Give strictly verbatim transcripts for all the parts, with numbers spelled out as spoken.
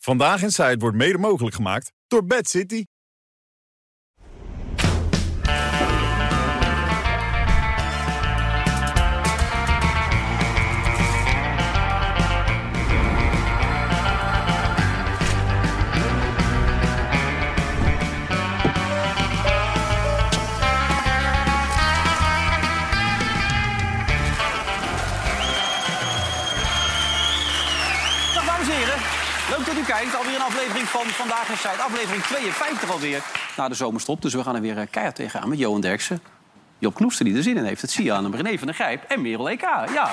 Vandaag in Zuid wordt mede mogelijk gemaakt door Bad City. Leuk dat u kijkt. Alweer een aflevering van Vandaag in Zuid. Aflevering tweeënvijftig alweer. Na de zomerstop. Dus we gaan er weer keihard tegenaan met Johan Derksen. Job Knoester die er zin in heeft. Dat zie je aan hem. René van der Grijp en Merel E K. Ja.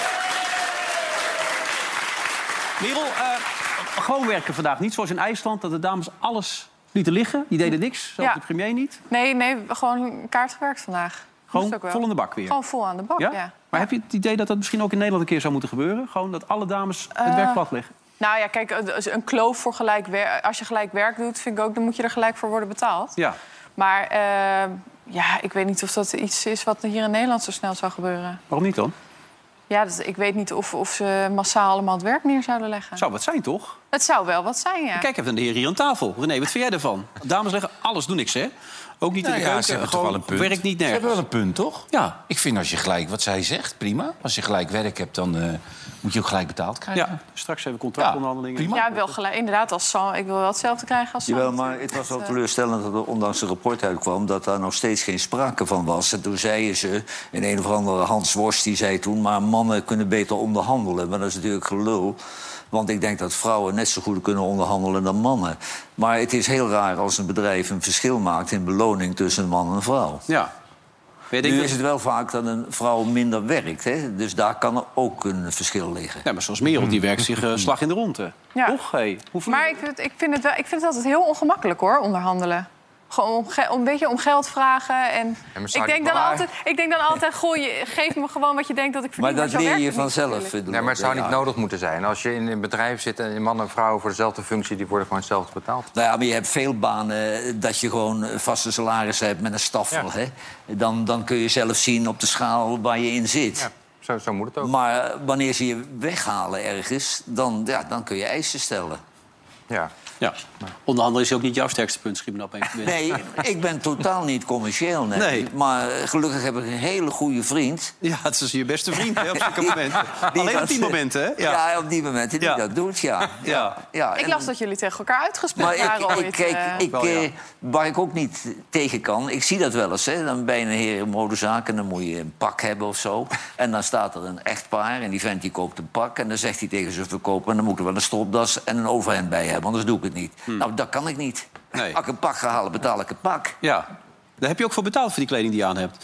Merel, uh, gewoon werken vandaag. Niet zoals in IJsland, dat de dames alles lieten liggen. Die deden niks. Zelfs ja. de premier niet. Nee, nee, gewoon kaart gewerkt vandaag. Gewoon vol in de bak weer? Gewoon vol aan de bak, ja. ja. Maar ja. heb je het idee dat dat misschien ook in Nederland een keer zou moeten gebeuren? Gewoon dat alle dames het uh, werk plat leggen? Nou ja, kijk, een kloof voor gelijk werk. Als je gelijk werk doet, vind ik ook, dan moet je er gelijk voor worden betaald. Ja. Maar uh, ja, ik weet niet of dat iets is wat hier in Nederland zo snel zou gebeuren. Waarom niet dan? Ja, dat, ik weet niet of, of ze massaal allemaal het werk neer zouden leggen. Zou wat zijn, toch? Het zou wel wat zijn, ja. Kijk even naar de heer hier aan tafel. René, wat vind jij ervan? Dames leggen alles, doen niks, hè? Ook niet in de ja, keuken. Ze hebben toch wel een punt. Werkt niet nergens. Ze hebben wel een punt, toch? Ja. Ik vind als je gelijk, wat zij zegt, prima. Als je gelijk werk hebt, dan uh, moet je ook gelijk betaald krijgen. Ja, straks even contractonderhandelingen. Ja, ja, wel gelijk. Inderdaad, als Sam, ik wil wel hetzelfde krijgen als Sam. Jawel, maar het was wel teleurstellend dat er ondanks een rapport uitkwam dat daar nog steeds geen sprake van was. En toen zeiden ze, in een of andere Hans Worst, die zei toen, maar mannen kunnen beter onderhandelen. Maar dat is natuurlijk gelul. Want ik denk dat vrouwen net zo goed kunnen onderhandelen dan mannen. Maar het is heel raar als een bedrijf een verschil maakt in beloning tussen een man en een vrouw. Ja. Nu dat... is het wel vaak dat een vrouw minder werkt. Hè? Dus daar kan er ook een verschil liggen. Ja, maar zoals Merel, die werkt zich uh, slag in de ronde. Ja. Toch? Hey, maar ik vind, ik, vind het wel, ik vind het altijd heel ongemakkelijk, hoor, onderhandelen. Gewoon om, ge- om een beetje om geld vragen. En ik, denk dan altijd, ik denk dan altijd, goh, je, geef me gewoon wat je denkt dat ik verdien. Maar dat maar leer je vanzelf. Nee, maar het zou niet nodig moeten zijn. Als je in een bedrijf zit en een man en vrouw voor dezelfde functie, die worden gewoon hetzelfde betaald. Nou ja, maar je hebt veel banen dat je gewoon vaste salarissen hebt met een staffel. Ja. Hè? Dan, dan kun je zelf zien op de schaal waar je in zit. Ja. Zo, zo moet het ook. Maar wanneer ze je weghalen ergens, dan, ja, dan kun je eisen stellen. Ja. Ja. Onderhandelen is ook niet jouw sterkste punt, schiet me op één. Nee, ik ben totaal niet commercieel. Nee. nee. Maar gelukkig heb ik een hele goede vriend. Ja, het is je beste vriend, hè, op zulke momenten. Die Alleen dat, op die momenten, hè? Ja, ja op die momenten die ja. dat doet, ja. ja. ja ik las dat jullie tegen elkaar uitgesproken waren. Maar ik, ooit, ik, uh... ik, wel, ja. eh, waar ik ook niet tegen kan, ik zie dat wel eens. Hè. Dan ben je een heer in modezaak en dan moet je een pak hebben of zo. En dan staat er een echtpaar en die vent die koopt een pak. En dan zegt hij tegen zijn verkoper, en dan moet ik er wel een stropdas en een overhemd bij hebben. Anders doe ik het niet. Hmm. Nou, dat kan ik niet. Nee. Als ik een pak ga halen, betaal ik een pak. Ja. Daar heb je ook voor betaald voor die kleding die je aan hebt.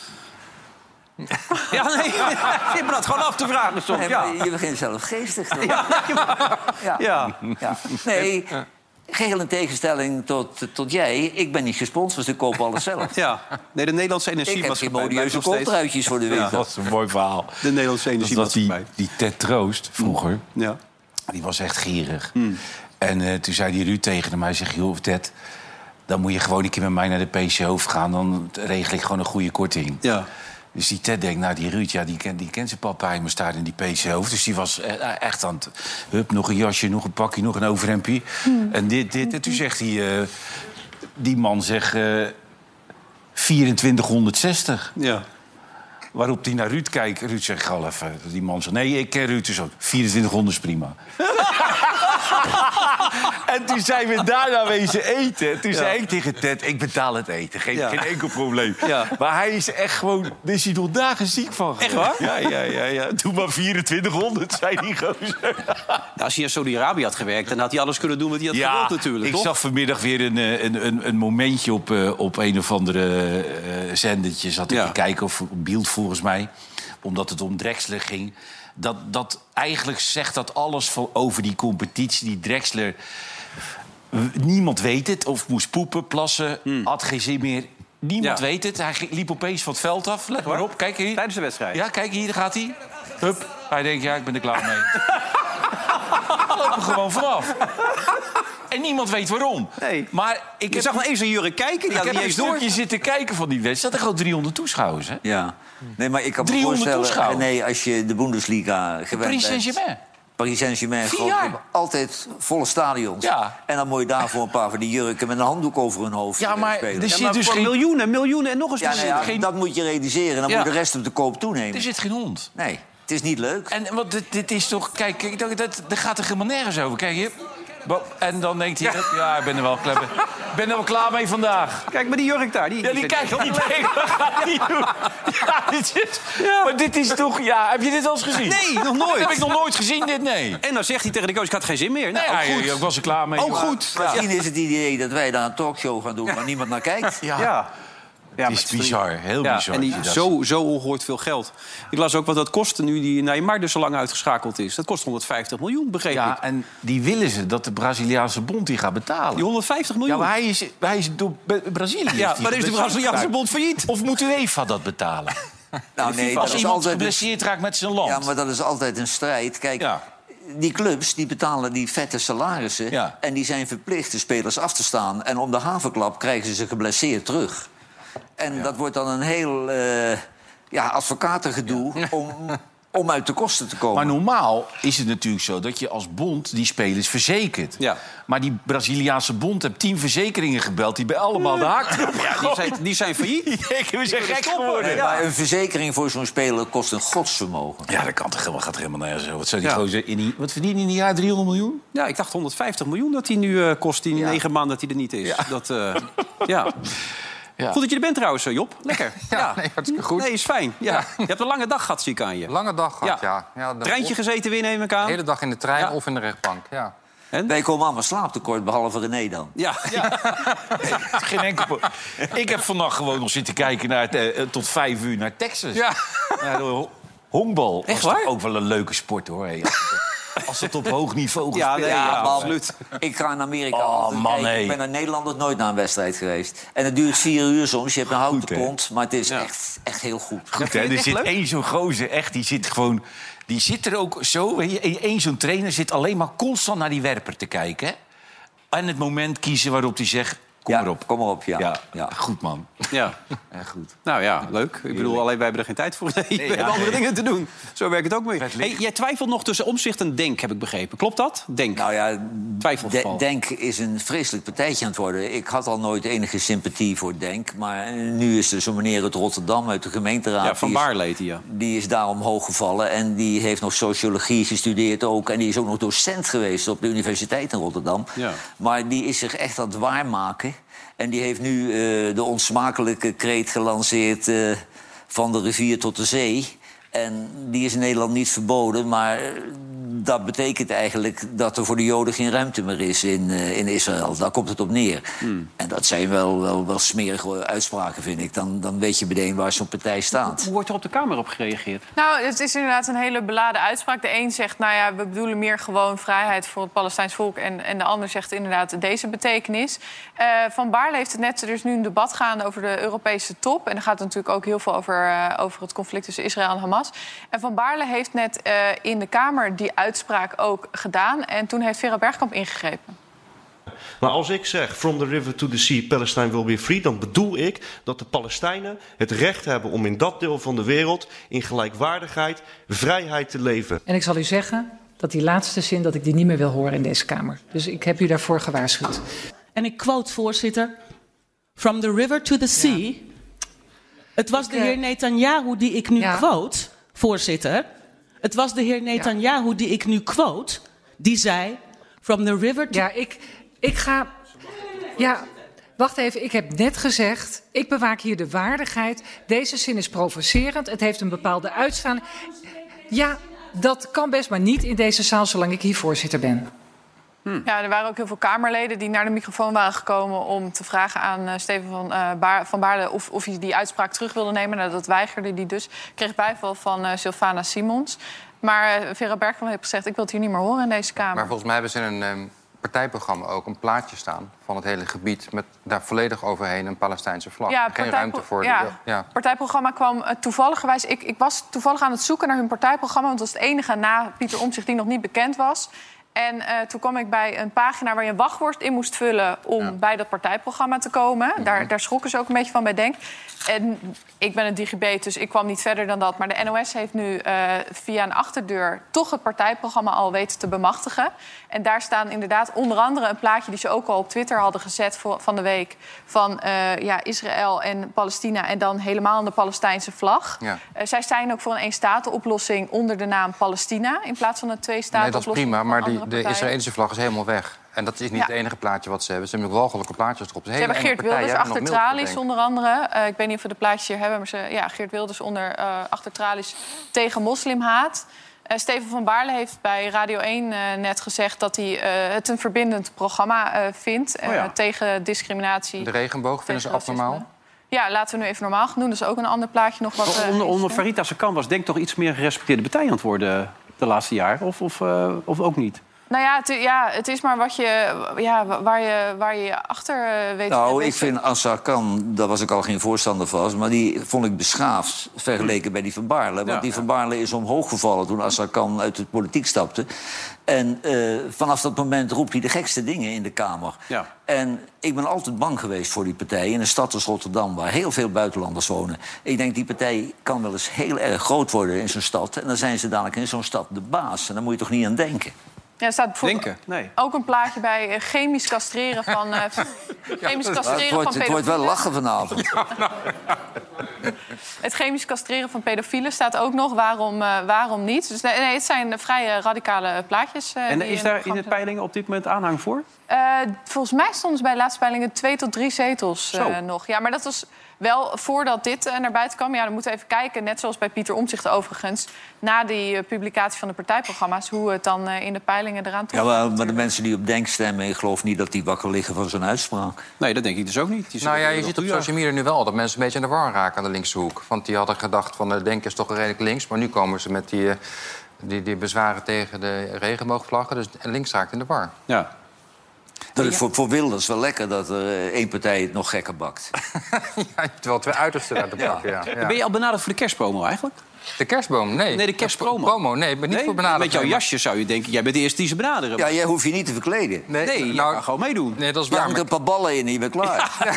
Ja, nee, je me dat gewoon af te vragen soms. Nee, ja. Je begint zelf geestig. Toch? Ja, ja. ja. ja. Nee, geheel in tegenstelling tot, tot jij. Ik ben niet gesponsord, dus ik koop alles zelf. Ja. Nee, de Nederlandse energie. Ik heb geen modieuze kooltruitjes voor de winkel. Ja, dat is een mooi verhaal. De Nederlandse energie. Dat was die, die Ted Troost vroeger. Ja. Die was echt gierig. Hmm. En uh, toen zei die Ruud tegen mij, zeg, joh, Ted, dan moet je gewoon een keer met mij naar de P C O gaan. Dan regel ik gewoon een goede korting. Ja. Dus die Ted denkt, nou, die Ruud, ja, die, ken, die kent zijn papa helemaal staat in die P C O. Dus die was echt aan het... Hup, nog een jasje, nog een pakje, nog een overhemdje. Hmm. En dit, dit. En toen zegt hij... Uh, die man zegt... Uh, vierentwintighonderdzestig. Ja. Waarop hij naar Ruud kijkt. Ruud zegt, ga even. Die man zegt, nee, ik ken Ruud. Dus ook vierentwintighonderd is prima. En toen zijn we daarna wezen eten. Toen ja. zei ik tegen Ted, ik betaal het eten. Geen, ja. geen enkel probleem. Ja. Maar hij is echt gewoon... Daar is hij nog dagen ziek van. Echt waar? Ja, ja, ja, ja. Doe maar vierentwintighonderd, zei die gozer. Nou, als hij in Saudi-Arabië had gewerkt... dan had hij alles kunnen doen wat hij had ja, gewild natuurlijk. Ik toch? zag vanmiddag weer een, een, een, een momentje op, uh, op een of andere uh, zendertje. Zat ik ja. te kijken, of op beeld volgens mij. Omdat het om Drexler ging. Dat, dat eigenlijk zegt dat alles voor, over die competitie. Die Drexler... Niemand weet het. Of moest poepen, plassen, hmm. had geen zin meer. Niemand ja. weet het. Hij liep opeens van het veld af. Let maar op, kijk hier. Tijdens de wedstrijd? Ja, kijk hier, daar gaat hij. Hup. Hij denkt, ja, ik ben er klaar mee. Lopen gewoon vanaf. En niemand weet waarom. Nee. Maar ik Je heb, zag nog eens een Jurre kijken. Die ik heb niet een eens door. stukje zitten kijken van die wedstrijd. Er gewoon driehonderd toeschouwers, hè? Ja. Nee, maar ik kan me driehonderd voorstellen... toeschouwers. Nee, als je de Bundesliga gewend Paris bent... Saint-Germain. Paris Saint-Germain hebben altijd volle stadions. Ja. En dan moet je daarvoor een paar van die jurken met een handdoek over hun hoofd ja, maar spelen. er Ja, zit maar dus voor geen... miljoenen, miljoenen en nog eens Ja, nou ja, miljoenen. dat moet je realiseren. Dan Ja. moet je de rest op de koop toenemen. Er zit geen hond. Nee, het is niet leuk. En wat dit, dit is toch... Kijk, kijk dat, dat, dat gaat er helemaal nergens over. Kijk, je, en dan denkt hij... Ja, ik ben er wel klaar mee. Ik ben er wel klaar mee vandaag. Kijk, maar die jurk daar, die... Ja, die kijkt al niet tegen. Dat gaat niet doen. Ja, dit is, Ja. Maar dit is toch... Ja, heb je dit al eens gezien? Nee, nog nooit. Dat heb ik nog nooit gezien, dit, nee. En dan zegt hij tegen de coach, ik had geen zin meer. Nou, Nee, ook ja, goed. ja, ik was er klaar mee. Ook goed. Ja. Misschien is het idee dat wij daar een talkshow gaan doen... waar niemand naar kijkt. Ja. Ja. Ja, Het maar is bizar, heel ja, bizar. en die, als je dat zo, zo ongehoord veel geld. Ik las ook wat dat kostte nu die Neymar dus zo lang uitgeschakeld is. Dat kost honderdvijftig miljoen, begreep Ja, ik. en die willen ze dat de Braziliaanse bond die gaat betalen. Die honderdvijftig Ja, miljoen. maar hij is, hij is door Be- Brazilië. Ja, die maar is de Braziliaanse bond failliet? Of moet UEFA dat betalen? Nou, nee, dat Als is iemand altijd een... geblesseerd raakt met zijn land. Ja, maar dat is altijd een strijd. Kijk, Ja. die clubs die betalen die vette salarissen... Ja. en die zijn verplicht de spelers af te staan. En om de havenklap krijgen ze ze geblesseerd terug. En dat wordt dan een heel uh, ja, advocatengedoe om, om uit de kosten te komen. Maar normaal is het natuurlijk zo dat je als bond die spelers verzekert. Ja. Maar die Braziliaanse bond heeft tien verzekeringen gebeld... die bij allemaal de haak erop Ja, die zijn, die zijn failliet. we zijn gek geworden. Nee, maar een verzekering voor zo'n speler kost een godsvermogen. Ja, dat kan toch helemaal, gaat er helemaal nergens over. Wat, zou die Ja. gozer in die, wat verdient hij in een jaar? driehonderd miljoen? Ja, ik dacht honderdvijftig miljoen dat hij nu uh, kost in Ja. negen maanden dat hij er niet is. Ja. Dat, uh, ja. Ja. Goed dat je er bent trouwens, Job. Lekker. Ja, nee, hartstikke goed. Nee, is fijn. Ja. Je hebt een lange dag gehad, zie ik aan je. Lange dag gehad, ja. ja. de- Treintje gezeten weer, neem ik aan. De hele dag in de trein Ja. of in de rechtbank, ja. En? Wij komen allemaal slaaptekort, behalve René dan. Ja. Geen enkel... pro- Ik heb vannacht gewoon nog zitten kijken naar het, eh, tot vijf uur naar Texas. Ja. Naar de ho- honkbal. Echt Was toch waar? ook wel een leuke sport, hoor. Hey, als het op hoog niveau Ja, gespeeld nee, ja, maar absoluut. Ik ga in Amerika Oh, altijd man, kijken. nee. Ik ben in Nederland nooit naar een wedstrijd geweest. En het duurt vier uur soms. Je hebt een houten Goed, hè? kont, maar het is Ja. echt, echt heel goed. Goed, hè? je het Er echt zit leuk? één zo'n gozer, echt, die zit gewoon... Die zit er ook zo... weet je, Eén zo'n trainer zit alleen maar constant naar die werper te kijken. Hè? En het moment kiezen waarop hij zegt... Kom Ja, maar op. kom maar op, ja. Ja, Ja. goed, man. Ja. Echt goed. Nou ja, leuk. Ik bedoel, alleen wij hebben er geen tijd voor. Nee, we ja, hebben andere nee. dingen te doen. Zo werkt het ook mee. Vet Hey, licht. jij twijfelt nog tussen Omtzigt en Denk, heb ik begrepen. Klopt dat? Denk. Nou ja, Twijfelgeval. De- Denk is een vreselijk partijtje aan het worden. Ik had al nooit enige sympathie voor Denk. Maar nu is er zo'n meneer uit Rotterdam, uit de gemeenteraad... Ja, Van die is- Baarle heet hij, ja. Die is daar omhoog gevallen en die heeft nog sociologie gestudeerd ook. En die is ook nog docent geweest op de Universiteit in Rotterdam. Ja. Maar die is zich echt aan het waarmaken. En die heeft nu uh, de onsmakelijke kreet gelanceerd... Uh, van de rivier tot de zee. En die is in Nederland niet verboden, maar... Uh, dat betekent eigenlijk dat er voor de Joden geen ruimte meer is in, uh, in Israël. Daar komt het op neer. Hmm. En dat zijn wel, wel, wel smerige uitspraken, vind ik. Dan, dan weet je meteen waar zo'n partij staat. Hoe wordt er op de Kamer op gereageerd? Nou, het is inderdaad een hele beladen uitspraak. De een zegt, nou ja, we bedoelen meer gewoon vrijheid voor het Palestijns volk. En, en de ander zegt inderdaad deze betekenis. Uh, Van Baarle heeft het net, er is nu een debat gaande over de Europese top. En daar gaat het natuurlijk ook heel veel over, uh, over het conflict tussen Israël en Hamas. En Van Baarle heeft net uh, in de Kamer die uitspraak ook gedaan. En toen heeft Vera Bergkamp ingegrepen. Maar als ik zeg, from the river to the sea, Palestine will be free... dan bedoel ik dat de Palestijnen het recht hebben om in dat deel van de wereld... in gelijkwaardigheid, vrijheid te leven. En ik zal u zeggen dat die laatste zin, dat ik die niet meer wil horen in deze Kamer. Dus ik heb u daarvoor gewaarschuwd. En ik quote, voorzitter, from the river to the sea. Ja. Het was ik, de heer Netanyahu die ik nu ja. quote, voorzitter... Het was de heer Netanyahu ja. die ik nu quote, die zei... From the river to... Ja, ik, ik ga... Ja, wacht even. Ik heb net gezegd, ik bewaak hier de waardigheid. Deze zin is provocerend. Het heeft een bepaalde uitstraling. Ja, dat kan best, maar niet in deze zaal zolang ik hier voorzitter ben. Hm. Ja, er waren ook heel veel Kamerleden die naar de microfoon waren gekomen... om te vragen aan uh, Steven van, uh, Baar, van Baarle of, of hij die uitspraak terug wilde nemen. Nou, dat weigerde hij dus. Kreeg bijval van uh, Sylvana Simons. Maar uh, Vera Bergkamp heeft gezegd, ik wil het hier niet meer horen in deze Kamer. Maar volgens mij hebben ze in een um, partijprogramma ook een plaatje staan... van het hele gebied met daar volledig overheen een Palestijnse vlag. Ja, Geen partijpro- ruimte voor... Ja, de, ja. partijprogramma kwam uh, toevalligerwijs... Ik, ik was toevallig aan het zoeken naar hun partijprogramma... want dat was het enige na Pieter Omtzigt die nog niet bekend was... En uh, toen kwam ik bij een pagina waar je een wachtwoord in moest vullen... om ja. bij dat partijprogramma te komen. Mm-hmm. Daar, daar schrokken ze ook een beetje van bij Denk. En ik ben een digibet, dus ik kwam niet verder dan dat. Maar de N O S heeft nu uh, via een achterdeur... toch het partijprogramma al weten te bemachtigen. En daar staan inderdaad onder andere een plaatje... die ze ook al op Twitter hadden gezet voor, van de week... van uh, ja, Israël en Palestina en dan helemaal de Palestijnse vlag. Ja. Uh, zij zijn ook voor een één-staten-oplossing onder de naam Palestina... in plaats van een twee-staten-oplossing. Nee, dat is prima, maar die, de Israëlische vlag is helemaal weg. En dat is niet ja. het enige plaatje wat ze hebben. Ze hebben ook walgelijke plaatjes erop. Ze hebben Geert Wilders achter tralies onder andere. Uh, ik weet niet of we de plaatjes hier hebben... maar ze, ja, Geert Wilders onder uh, achter tralies tegen moslimhaat. Uh, Steven van Baarle heeft bij Radio één uh, net gezegd... dat hij uh, het een verbindend programma uh, vindt uh, oh ja. tegen discriminatie. De regenboog vinden ze abnormaal? Ja, laten we nu even normaal gaan doen. Dat is ook een ander plaatje nog wat... Uh, onder onder Farid Azarkan was denk ik toch iets meer gerespecteerde partij aan het worden... de laatste jaren, of, of, uh, of ook niet? Nou ja het, ja, het is maar wat je, ja, waar, je, waar je achter uh, weet... Nou, ik vind Azarkan, daar was ik al geen voorstander van... maar die vond ik beschaafd vergeleken bij die Van Baarle. Want ja, die Van Baarle is omhoog gevallen toen Azarkan uit de politiek stapte. En uh, vanaf dat moment roept hij de gekste dingen in de Kamer. Ja. En ik ben altijd bang geweest voor die partij in een stad als Rotterdam... waar heel veel buitenlanders wonen. Ik denk, die partij kan wel eens heel erg groot worden in zo'n stad... en dan zijn ze dadelijk in zo'n stad de baas. En daar moet je toch niet aan denken. Ja, er staat bijvoorbeeld Denken? Nee. ook een plaatje bij uh, chemisch castreren van uh, chemisch castreren het, wordt, van het wordt wel lachen vanavond. Ja, nou. Het chemisch castreren van pedofielen staat ook nog. Waarom, uh, waarom niet? Dus nee, het zijn vrij radicale plaatjes. Uh, en is daar in de peilingen op dit moment aanhang voor? Uh, volgens mij stonden ze bij de laatste peilingen twee tot drie zetels uh, nog. Ja, maar dat was wel voordat dit uh, naar buiten kwam. Ja, dan moeten we even kijken, net zoals bij Pieter Omtzigt overigens... na die uh, publicatie van de partijprogramma's... hoe het dan uh, in de peilingen eraan toe. Ja, maar, maar de mensen die op Denk stemmen... ik geloof niet dat die wakker liggen van zo'n uitspraak. Nee, dat denk ik dus ook niet. Die nou ja, je ziet op social media nu wel dat mensen een beetje in de war raken aan de linkse hoek. Want die hadden gedacht van uh, Denk is toch redelijk links... maar nu komen ze met die, uh, die, die bezwaren tegen de regenboogvlaggen. Dus links raakt in de war. Ja. Dat is voor, voor Wilders wel lekker dat er uh, één partij het nog gekker bakt. Ja, je hebt wel twee uitersten uit te pakken, ja. Ja. Ja. Ben je al benaderd voor de kerstpromo eigenlijk? De kerstboom? Nee. Nee, de kerstpromo. Promo, nee, ik ben niet nee? voor benaderd. Met jouw jasje zou je denken, jij bent de eerste die ze benaderen. Ja, jij hoeft je niet te verkleden. Nee, nee, nou, je kan gewoon meedoen. Nee, dat is waar. Je hangt een paar ballen in en je bent klaar. Ja.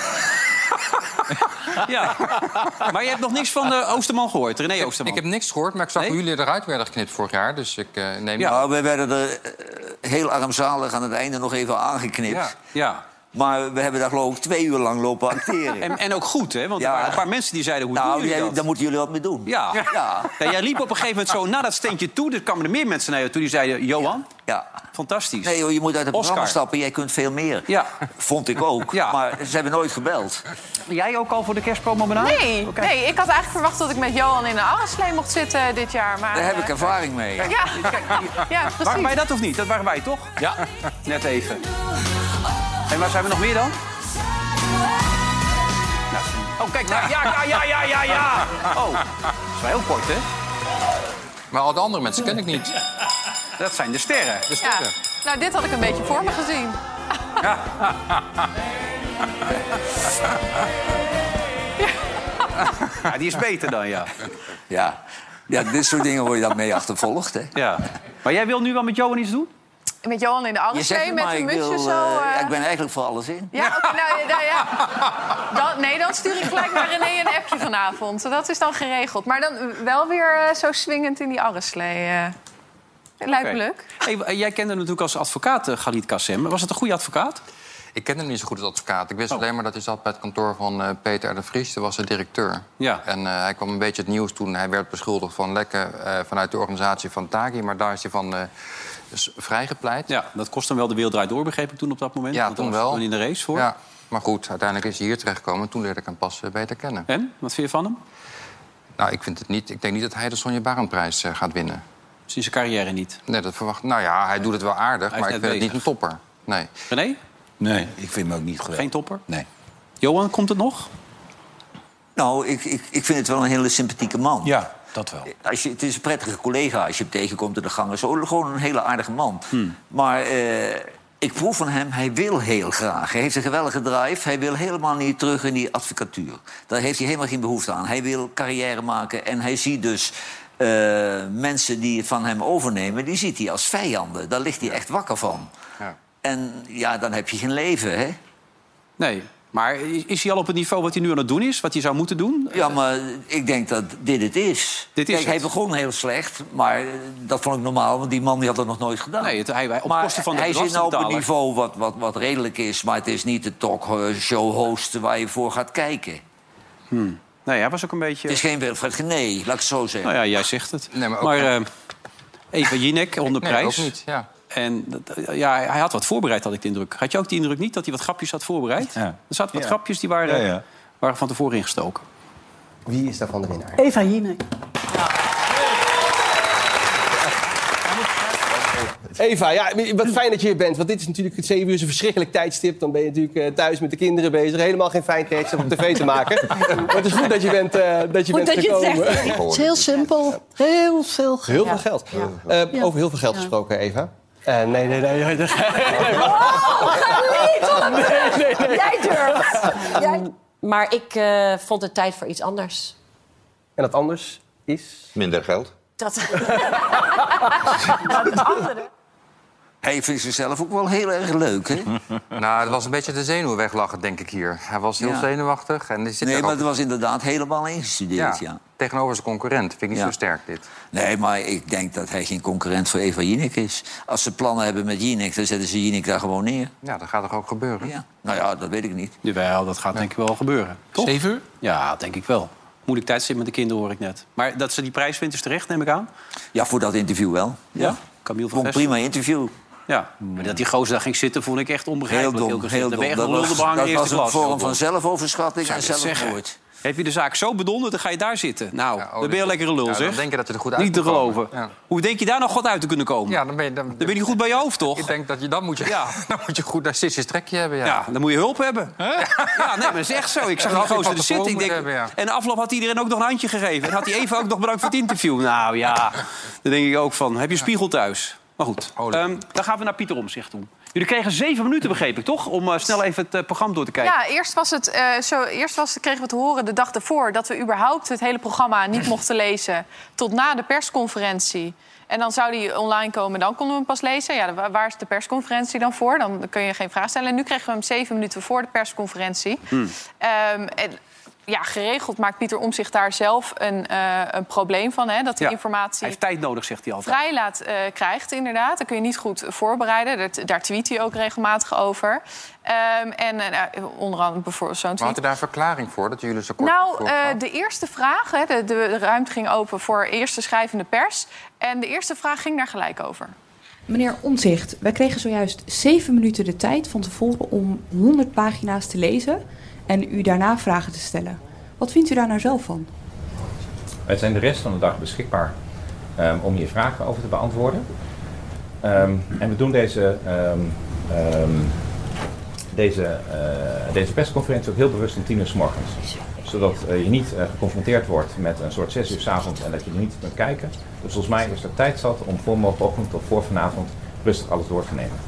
Ja, maar je hebt nog niks van de Oosterman gehoord, René Oosterman. Ik heb niks gehoord, maar ik zag nee? hoe jullie eruit werden geknipt vorig jaar. Dus ik uh, neem... Ja, nou, we werden er uh, heel armzalig aan het einde nog even aangeknipt. Ja. Ja. Maar we hebben daar geloof ik twee uur lang lopen acteren. En, en ook goed, hè? Want ja. er waren een paar mensen die zeiden, hoe nou, doen jullie jij, dat? Daar moeten jullie wat mee doen. Ja. Ja. Ja, jij liep op een gegeven moment zo naar dat steentje toe. Er kwamen er meer mensen naar je toe die zeiden, Johan, ja. fantastisch. Nee, joh, je moet uit het programma stappen, jij kunt veel meer. Ja. Vond ik ook, ja. Maar ze hebben nooit gebeld. Jij ook al voor de kerstpromo benaderd? Nee, okay. nee, ik had eigenlijk verwacht dat ik met Johan in een arreslee mocht zitten dit jaar. Maar, daar heb ik ervaring mee. Ja, ja. Ja, precies. Waren wij dat of niet? Dat waren wij, toch? Ja. Net even. En waar zijn we nog meer dan? Nou, oh, kijk, nou, ja, ja, ja, ja, ja, ja. Oh, dat is wel heel kort, hè? Maar al de andere mensen ken ik niet. Dat zijn de sterren. De sterren. Ja. Nou, dit had ik een beetje voor me gezien. Ja. Ja, die is beter dan, ja. Ja. Ja, dit soort dingen word je dan mee achtervolgd, hè? Ja. Maar jij wil nu wel met Johan iets doen? Met Johan in de arreslee, met een mutsje wil, zo... Uh, uh... Ja, ik ben eigenlijk voor alles in. Ja, okay, nou, nou, ja. Dan, nee, dan stuur ik gelijk naar René een appje vanavond. Dat is dan geregeld. Maar dan wel weer uh, zo swingend in die arreslee. Uh. Lijkt me leuk. Hey, jij kende hem natuurlijk als advocaat, uh, Khalid Kassem. Was het een goede advocaat? Ik kende hem niet zo goed als advocaat. Ik wist oh. alleen maar dat hij zat bij het kantoor van uh, Peter R. de Vries. Dat was de directeur. Ja. En uh, hij kwam een beetje het nieuws toen. Hij werd beschuldigd van lekken uh, vanuit de organisatie van Taghi. Maar daar is hij van... Uh, Dus vrijgepleit. Ja, dat kost hem wel de wereld draait door, begreep ik toen op dat moment. Ja, want toen was wel. Toen in de race voor. Ja, maar goed, uiteindelijk is hij hier terechtgekomen. En toen leerde ik hem pas uh, beter kennen. En? Wat vind je van hem? Nou, ik vind het niet. Ik denk niet dat hij de Sonja Barendprijs uh, gaat winnen. Sinds zijn carrière niet? Nee, dat verwacht. Nou ja, hij doet het wel aardig, maar ik vind bezig. het niet een topper. Nee. René? Nee, ik vind hem ook niet geweldig. Geen topper? Nee. Johan, komt het nog? Nou, ik, ik, ik vind het wel een hele sympathieke man. Ja. Dat wel. Als je, het is een prettige collega als je hem tegenkomt in de gangen. Zo, gewoon een hele aardige man. Hmm. Maar uh, ik proef van hem, hij wil heel graag. Hij heeft een geweldige drive. Hij wil helemaal niet terug in die advocatuur. Daar heeft hij helemaal geen behoefte aan. Hij wil carrière maken en hij ziet dus uh, mensen die het van hem overnemen... die ziet hij als vijanden. Daar ligt hij echt wakker van. Ja. En ja, dan heb je geen leven, hè? Nee. Maar is hij al op het niveau wat hij nu aan het doen is? Wat hij zou moeten doen? Ja, maar ik denk dat dit het is. Dit is Kijk, het. hij begon heel slecht, maar dat vond ik normaal... want die man die had dat nog nooit gedaan. Nee, het, hij, op maar kosten van de hij zit nou op een belastingbetaler. niveau wat, wat, wat redelijk is... maar het is niet de talkshow-host waar je voor gaat kijken. Hmm. Nee, hij was ook een beetje... Het is geen Wilfred Gené, laat ik het zo zeggen. Nou ja, jij zegt het. Nee, maar ook maar geen... uh, Eva Jinek, onder nee, prijs. ook niet, ja. En ja, hij had wat voorbereid, had ik de indruk. Had je ook de indruk niet dat hij wat grapjes had voorbereid? Ja. Er zaten wat ja. grapjes die waren, ja, ja. waren van tevoren ingestoken. Wie is daarvan de winnaar? Eva Jinek. Ja. Eva, ja, wat fijn dat je hier bent. Want dit is natuurlijk het zeven uur is een verschrikkelijk tijdstip. Dan ben je natuurlijk uh, thuis met de kinderen bezig. Helemaal geen fijn tekst om op tv te maken. Maar het is goed dat je bent, uh, dat je goed bent dat gekomen. Je het, zegt. Het is heel simpel. Heel veel geld. Heel veel geld. Ja. Uh, ja. Over heel veel geld gesproken, Eva. Uh, nee, nee, nee. nee, nee. Oh, geliefd! Nee, nee, nee. Jij durft. Jij... Maar ik uh, vond het tijd voor iets anders. En dat anders is? Minder geld. Dat... nou, het andere... Hij vindt zichzelf ook wel heel erg leuk, hè? Nou, het was een beetje de zenuw weglachen, denk ik hier. Hij was heel ja. zenuwachtig. En zit nee, maar het was inderdaad helemaal ingestudeerd, ja. ja. Tegenover zijn concurrent. Vind ik niet ja. zo sterk, dit. Nee, maar ik denk dat hij geen concurrent voor Eva Jinek is. Als ze plannen hebben met Jinek, dan zetten ze Jinek daar gewoon neer. Ja, dat gaat toch ook gebeuren? Ja. Nou ja, dat weet ik niet. Jawel, dat gaat ja. denk ik wel gebeuren. Toch? Zeven uur? Ja, denk ik wel. Moeilijk tijdstip met de kinderen, hoor ik net. Maar dat ze die prijs wint is terecht, neem ik aan? Ja, voor dat interview wel. Ja, ja. Camille van Een prima interview. Ja, maar dat die gozer daar ging zitten, vond ik echt onbegrijpelijk. Heel dom, heel dom. Dat was, dat was een vorm van zelfoverschatting en zelfmoord. Heb je de zaak zo bedonderd, dan ga je daar zitten. Nou, ja, oh, dan ben je lekker een lul, ja, zeg. Dan denk je dat je er goed uit Niet te geloven. Ja. Hoe denk je daar nog God uit te kunnen komen? Ja, dan ben je, dan, dan ben je niet goed bij je hoofd, toch? Ik denk dat je dan moet je, ja. dan moet je goed narcistisch trekje hebben, ja. Ja, dan moet je hulp hebben. Huh? Ja, nee, maar dat is echt zo. Ik zag die gozer er zitten. Ik denk, hebben, ja. En de afloop had iedereen ook nog een handje gegeven. En had hij even ook nog bedankt voor het interview. Nou ja, dan denk ik ook van, heb je een spiegel thuis? Maar goed, um, dan gaan we naar Pieter Omtzigt toe. Jullie kregen zeven minuten, begreep ik, toch? Om uh, snel even het uh, programma door te kijken. Ja, eerst, was het, uh, zo, eerst was, kregen we te horen de dag ervoor... dat we überhaupt het hele programma niet mochten lezen... tot na de persconferentie. En dan zou die online komen, dan konden we hem pas lezen. Ja, waar is de persconferentie dan voor? Dan kun je geen vraag stellen. En nu kregen we hem zeven minuten voor de persconferentie. Hmm. Um, en, Ja, geregeld maakt Pieter Omtzigt daar zelf een, uh, een probleem van. Hè, dat de ja, informatie hij heeft tijd nodig, zegt hij altijd. vrij laat uh, krijgt, inderdaad. Dat kun je niet goed voorbereiden. Dat, daar tweet hij ook regelmatig over. Um, en uh, onder andere bijvoorbeeld zo'n tweet. Maar had u daar een verklaring voor, dat jullie zo kort... Nou, uh, de eerste vraag, hè, de, de, de ruimte ging open voor eerste schrijvende pers. En de eerste vraag ging daar gelijk over. Meneer Omtzigt, wij kregen zojuist zeven minuten de tijd van tevoren om honderd pagina's te lezen... en u daarna vragen te stellen. Wat vindt u daar nou zelf van? Wij zijn de rest van de dag beschikbaar um, om hier vragen over te beantwoorden. Um, en we doen deze, um, um, deze, uh, deze persconferentie ook heel bewust om tien uur 's morgens. Zodat uh, je niet uh, geconfronteerd wordt met een soort zes uur 's avonds en dat je er niet kunt kijken. Dus volgens mij is er tijd zat om voor morgenochtend of voor vanavond rustig alles door te nemen.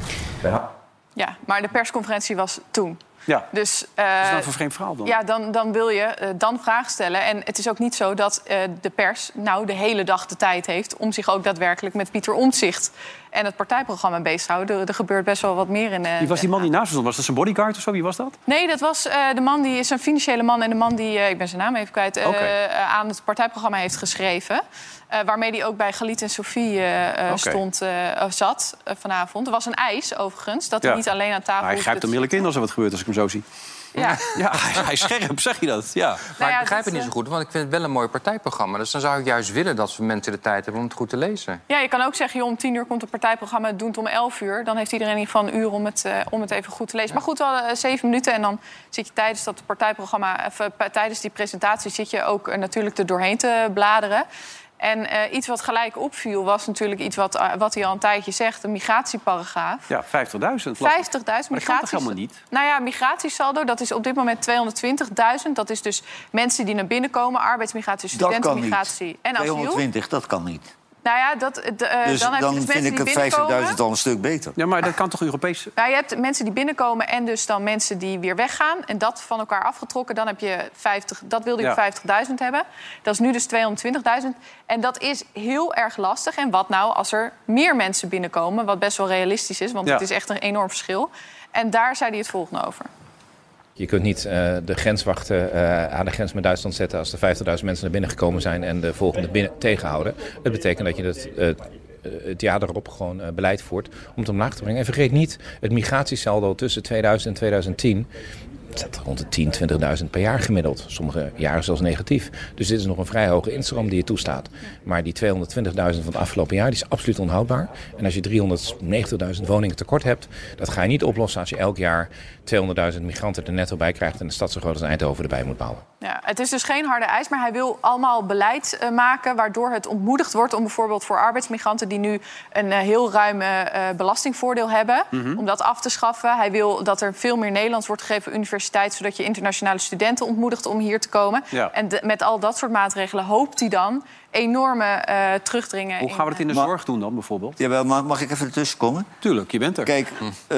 Ja, maar de persconferentie was toen. Ja. Dus, uh, Wat is dat voor vreemd verhaal dan? Ja, dan, dan wil je uh, dan vragen stellen. En het is ook niet zo dat uh, de pers nou de hele dag de tijd heeft... om zich ook daadwerkelijk met Pieter Omtzigt en het partijprogramma bezig te houden. Er, er gebeurt best wel wat meer in... Uh, Wie was die man die naast stond? Was dat zijn bodyguard of zo? Wie was dat? Nee, dat was uh, de man die is een financiële man... en de man die, uh, ik ben zijn naam even kwijt, uh, okay. uh, aan het partijprogramma heeft geschreven... Uh, waarmee hij ook bij Galit en Sofie uh, okay. stond, uh, zat uh, vanavond. Er was een eis, overigens, dat hij ja. niet alleen aan tafel... Maar hij grijpt er middellijk in als er wat gebeurt, als ik hem zo zie. Ja, ja hij, hij is scherp, zeg je dat? Ja. Maar nou ja, ik begrijp dat, het niet zo goed, want ik vind het wel een mooi partijprogramma. Dus dan zou ik juist willen dat we mensen de tijd hebben om het goed te lezen. Ja, je kan ook zeggen, joh, om tien uur komt het partijprogramma, doen het om elf uur. Dan heeft iedereen in ieder geval een uur om het, uh, om het even goed te lezen. Ja. Maar goed, we hadden uh, zeven minuten en dan zit je tijdens dat partijprogramma... Of, uh, tijdens die presentatie zit je ook uh, natuurlijk er doorheen te bladeren... En uh, iets wat gelijk opviel was natuurlijk iets wat, uh, wat hij al een tijdje zegt... een migratieparagraaf. Ja, vijftigduizend. vijftigduizend. Maar dat kan toch helemaal niet? Nou ja, migratiesaldo, dat is op dit moment tweehonderdtwintigduizend. Dat is dus mensen die naar binnen komen. Arbeidsmigratie, studentenmigratie en asiel. tweehonderdtwintig, dat kan niet. Nou ja, dat, de, uh, dus dan, heb dan je dus vind ik het vijftigduizend al een stuk beter. Ja, maar dat kan toch Europees... Nou, je hebt mensen die binnenkomen en dus dan mensen die weer weggaan. En dat van elkaar afgetrokken. Dan heb je vijftig, dat wilde je Ja. vijftigduizend hebben. Dat is nu dus tweehonderdtwintigduizend. En dat is heel erg lastig. En wat nou als er meer mensen binnenkomen? Wat best wel realistisch is, want Ja. het is echt een enorm verschil. En daar zei hij het volgende over. Je kunt niet uh, de grenswachten uh, aan de grens met Duitsland zetten als er vijftigduizend mensen naar binnen gekomen zijn en de volgende binnen tegenhouden. Het betekent dat je het, uh, het jaar erop gewoon uh, beleid voert om het omlaag te brengen. En vergeet niet, het migratiesaldo tussen tweeduizend en tweeduizend tien... Het staat rond de tien, twintigduizend per jaar gemiddeld. Sommige jaren zelfs negatief. Dus dit is nog een vrij hoge instroom die je toestaat. Maar die tweehonderdtwintigduizend van het afgelopen jaar die is absoluut onhoudbaar. En als je driehonderdnegentigduizend woningen tekort hebt, dat ga je niet oplossen als je elk jaar tweehonderdduizend migranten er netto bij krijgt en de stad zo groot als Eindhoven erbij moet bouwen. Ja, het is dus geen harde eis, maar hij wil allemaal beleid uh, maken waardoor het ontmoedigd wordt om bijvoorbeeld voor arbeidsmigranten die nu een uh, heel ruime uh, belastingvoordeel hebben, Mhm. om dat af te schaffen. Hij wil dat er veel meer Nederlands wordt gegeven op universiteit, zodat je internationale studenten ontmoedigt om hier te komen. Ja. En de, met al dat soort maatregelen hoopt hij dan enorme uh, terugdringen. Hoe gaan we het in de Maar- zorg doen dan bijvoorbeeld? Jawel, mag, mag ik even ertussen komen? Tuurlijk, je bent er. Kijk, uh,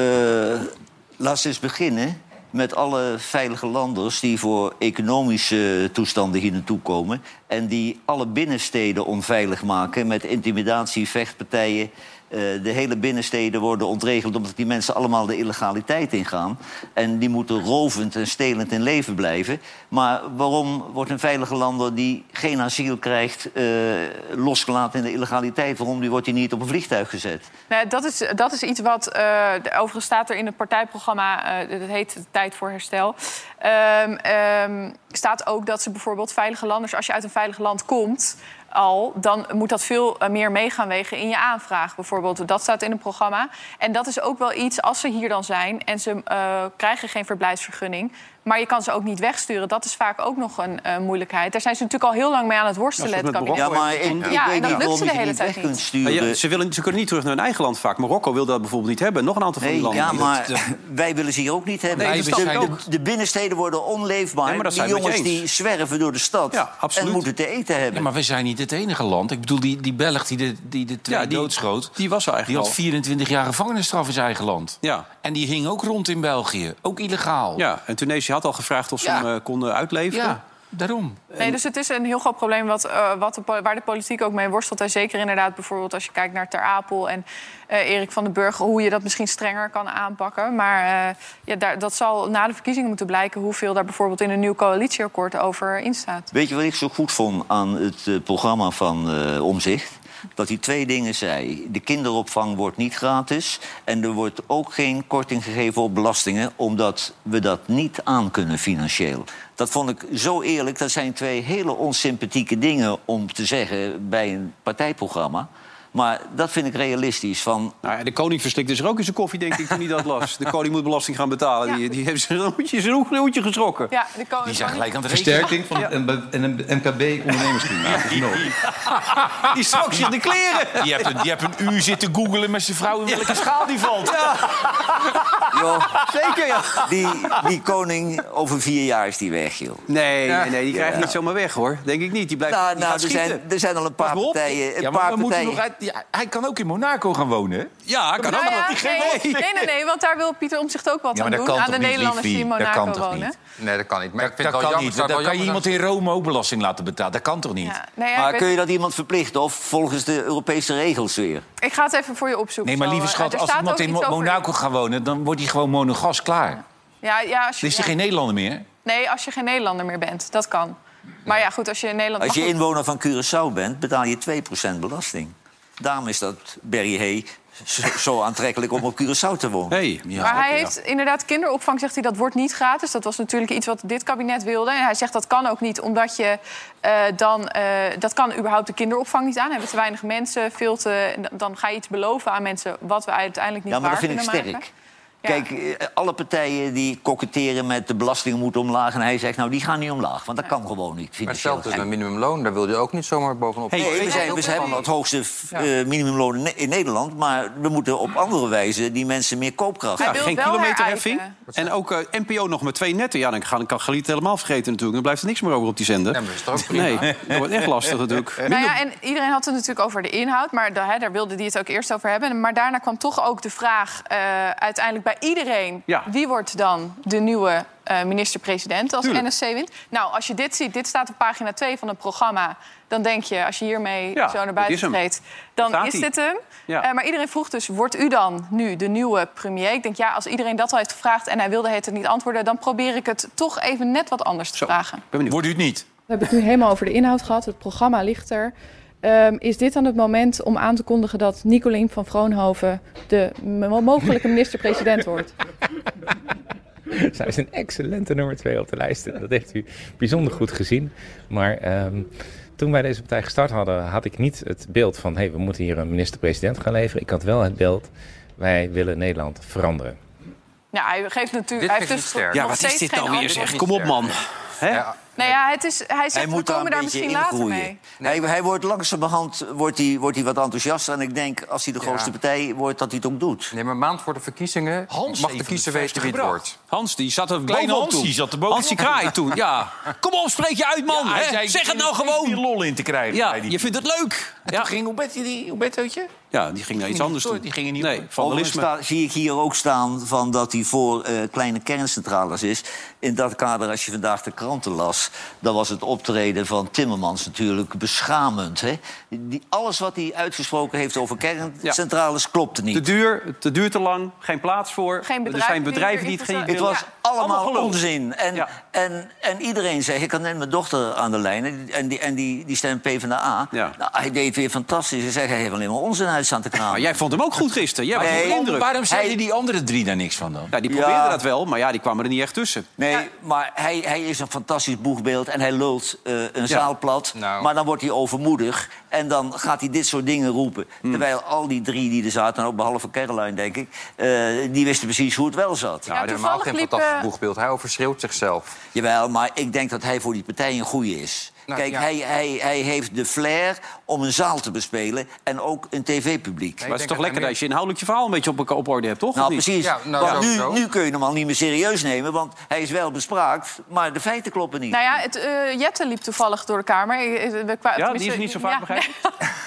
laten we eens beginnen met alle veilige landers die voor economische toestanden hier naartoe komen en die alle binnensteden onveilig maken met intimidatie, vechtpartijen. Uh, de hele binnensteden worden ontregeld omdat die mensen allemaal de illegaliteit ingaan. En die moeten rovend en stelend in leven blijven. Maar waarom wordt een veilige lander die geen asiel krijgt uh, losgelaten in de illegaliteit? Waarom die wordt hij niet op een vliegtuig gezet? Nee, dat, is, dat is iets wat, uh, overigens staat er in het partijprogramma, uh, dat heet Tijd voor Herstel. Um, um, staat ook dat ze bijvoorbeeld veilige landers, als je uit een veilig land komt al, dan moet dat veel uh, meer mee gaan wegen in je aanvraag. Bijvoorbeeld, dat staat in het programma. En dat is ook wel iets, als ze hier dan zijn en ze uh, krijgen geen verblijfsvergunning, maar je kan ze ook niet wegsturen. Dat is vaak ook nog een uh, moeilijkheid. Daar zijn ze natuurlijk al heel lang mee aan het worstelen, het kabinet. Ja, maar ik, ik Ja, weet en dat niet lukt waarom ze je de die hele niet weg tijd kunt niet. sturen. Ja, ze, willen, ze kunnen niet terug naar hun eigen land vaak. Marokko wil dat bijvoorbeeld niet hebben. Nog een aantal van die Nee, landen. ja, maar wij willen ze hier ook niet hebben. Nee, dat de, snap ik de, ook. de binnensteden worden onleefbaar. Nee, maar dat die zijn we met jongens je eens. die zwerven door de stad Ja, absoluut. en moeten te eten hebben. Ja, maar we zijn niet het enige land. Ik bedoel, die, die Belg die de, die de twee Ja, die- doodschoot, Die was er die eigenlijk had vierentwintig jaar gevangenisstraf in zijn eigen land. Ja. En die hing ook rond in België. Ook illegaal. Ja, en Tunesië had al gevraagd of ze Ja. hem uh, konden uitleveren. Ja, daarom. Nee, dus het is een heel groot probleem wat, uh, wat de, po- waar de politiek ook mee worstelt. En zeker inderdaad bijvoorbeeld als je kijkt naar Ter Apel en uh, Erik van den Burg, hoe je dat misschien strenger kan aanpakken. Maar uh, ja, daar, dat zal na de verkiezingen moeten blijken hoeveel daar bijvoorbeeld in een nieuw coalitieakkoord over in staat. Weet je wat ik zo goed vond aan het uh, programma van uh, Omzicht? Dat hij twee dingen zei. De kinderopvang wordt niet gratis en er wordt ook geen korting gegeven op belastingen, omdat we dat niet aan kunnen financieel. Dat vond ik zo eerlijk. Dat zijn twee hele onsympathieke dingen om te zeggen bij een partijprogramma. Maar dat vind ik realistisch. Van... Nou, ja, de koning verslikte zich ook in zijn koffie, denk ik, toen hij dat las. De koning moet belasting gaan betalen. Ja. Die, die heeft zijn hoedje, zijn hoed- hoedje geschrokken. Ja, de koning. Die zijn gelijk aan het rekenen. Versterking van het M K B-ondernemersteam. Ja. is nodig. Die straks zich de kleren. Die heeft, een, die heeft een uur zitten googelen met zijn vrouw in welke schaal die valt. Joh, Zeker, ja. die, die koning, over vier jaar is die weg, joh. Nee, nee, nee, die krijgt Ja. niet zomaar weg, hoor. Denk ik niet. Die blijft Nou, die nou gaat er, schieten. zijn, er zijn al een paar Pas maar op. partijen. Een Ja, maar paar we moeten partijen. nog uit, ja, hij kan ook in Monaco gaan wonen, hè? Ja, kan Nou ook ja, nog. nee, nee, nee, nee, want daar wil Pieter Omtzigt ook wat Ja, maar aan dat doen. kan Aan de toch niet, Nederlanders die in Liefie? Dat Monaco kan toch wonen. niet? Nee, dat kan niet. Maar ik vind Dat het wel kan jammer. niet. het Dan zou kan je wel iemand jammer in Rome ook belasting laten betalen. Dat kan toch niet? Ja, nee, ja, Maar ik, weet- kun je dat iemand verplichten of volgens de Europese regels weer? ik ga het even voor je opzoeken. Nee, maar zo. lieve Eh, schat, er als staat iemand ook in iets Mo- over- Monaco gaat wonen, dan wordt hij gewoon monogas klaar. Ja, ja, als je, Dan is hij ja. geen Nederlander meer. Nee, als je geen Nederlander meer bent. Dat kan. Maar ja, goed, als je in Nederland... Als je maar goed. inwoner van Curaçao bent, betaal je twee procent belasting. Daarom is dat Berry Hay zo, zo aantrekkelijk om op Curaçao te wonen. Hey, ja, Maar hij oké, heeft inderdaad kinderopvang, zegt hij, dat wordt niet gratis. Dat was natuurlijk iets wat dit kabinet wilde. En hij zegt dat kan ook niet, omdat je uh, dan... Uh, dat kan überhaupt de kinderopvang niet aan. We hebben te weinig mensen, veel te... Dan ga je iets beloven aan mensen wat we uiteindelijk niet Ja, maar waar dat vind ik kunnen sterk. maken. Kijk, alle partijen die koketteren met de belastingen moeten omlaag. En hij zegt, nou, die gaan niet omlaag. Want dat kan gewoon niet. Maar hetzelfde is een minimumloon. Daar wil je ook niet zomaar bovenop. Hey, nee, we, zijn, we hebben het hoogste uh, minimumloon in Nederland. Maar we moeten op andere wijze die mensen meer koopkracht. Ja, geen kilometerheffing. En ook uh, N P O nog met twee netten. Ja, dan kan, kan Galit helemaal vergeten natuurlijk. Dan blijft er niks meer over op die zender. Ja, maar dat is toch ook prima. Nee, dat wordt echt lastig natuurlijk. Nou ja, en iedereen had het natuurlijk over de inhoud. Maar daar, hè, daar wilde die het ook eerst over hebben. Maar daarna kwam toch ook de vraag uh, uiteindelijk bij iedereen... Ja. Wie wordt dan de nieuwe uh, minister-president als Tuurlijk. N S C wint? Nou, als je dit ziet, dit staat op pagina twee van het programma... dan denk je, als je hiermee ja, zo naar buiten treedt... dan is dit hem. Ja. Uh, maar iedereen vroeg dus, wordt u dan nu de nieuwe premier? Ik denk, ja, als iedereen dat al heeft gevraagd... en hij wilde het niet antwoorden... dan probeer ik het toch even net wat anders te zo. vragen. Wordt u het niet? We hebben het nu helemaal over de inhoud gehad. Het programma ligt er. Um, is dit dan het moment om aan te kondigen dat Nicolien van Vroonhoven de m- mogelijke minister-president wordt? Zij is een excellente nummer twee op de lijst. Dat heeft u bijzonder goed gezien. Maar um, toen wij deze partij gestart hadden, had ik niet het beeld van... hey, we moeten hier een minister-president gaan leveren. Ik had wel het beeld, wij willen Nederland veranderen. Ja, hij geeft natuurlijk... Hij heeft dus ja, wat is dit nou weer, zeg? Kom op, man. Hè? Ja. Nou ja, het is, hij zegt, hij we komen daar misschien later mee. Nee. Hij, hij wordt langzamerhand wordt hij, wordt hij wat enthousiaster. En ik denk, als hij de grootste ja. partij wordt, dat hij het ook doet. Nee, maar maand voor de verkiezingen Hans mag de kiezer weten wie het wordt. Hans, die zat er bovenop toen. Hans, zat er bovenop. Hans, die kraai toen, ja. Kom op, spreek je uit, man. Ja, zei, zeg het nou gewoon. Die lol in te krijgen. Ja, je vindt het leuk. En ja. toen ging Hubert, die, Hubert, weet je? Ja, die ging naar iets anders toe. Die gingen niet nee, vandalisme. Sta, zie ik hier ook staan van dat hij voor uh, kleine kerncentrales is. In dat kader, als je vandaag de kranten las... dan was het optreden van Timmermans natuurlijk beschamend. Hè? Die, alles wat hij uitgesproken heeft over kerncentrales ja. klopte niet. Te duur, te duur te lang, geen plaats voor. Geen bedrijf, er zijn bedrijven die het geen... Het was ja. allemaal, allemaal onzin. En, ja. en, en iedereen zei... Ik had net mijn dochter aan de lijn en die, en die, die stemt PvdA. Ja. Nou, hij deed weer fantastisch. Hij zei, hij heeft alleen maar onzin uit staan te kramen. Maar jij vond hem ook goed gisteren. Jij nee, was indruk. Waarom zei hij... die andere drie daar niks van dan? Ja, die probeerden ja. dat wel, maar ja, die kwamen er niet echt tussen. Nee, ja. maar hij, hij is een fantastisch boegbeeld en hij lult uh, een ja. zaal plat. Nou. Maar dan wordt hij overmoedig en dan gaat hij dit soort dingen roepen. Hmm. Terwijl al die drie die er zaten, ook behalve Caroline, denk ik... Uh, die wisten precies hoe het wel zat. Ja, ja, helemaal geen liep, fantastisch boegbeeld. Hij overschreeuwt zichzelf. Jawel, maar ik denk dat hij voor die partij een goeie is. Nou, Kijk, ja. hij, hij, hij heeft de flair om een zaal te bespelen en ook een tv-publiek. Maar het is toch lekker dat je inhoudelijk je verhaal een beetje op, op orde hebt, toch? Nou, precies. Ja, nou, want nu, nu kun je hem al niet meer serieus nemen, want hij is wel bespraakt, maar de feiten kloppen niet. Nou ja, het, uh, Jette liep toevallig door de Kamer. We, qua, ja, die is niet zo vaak, ja. begrijp ik.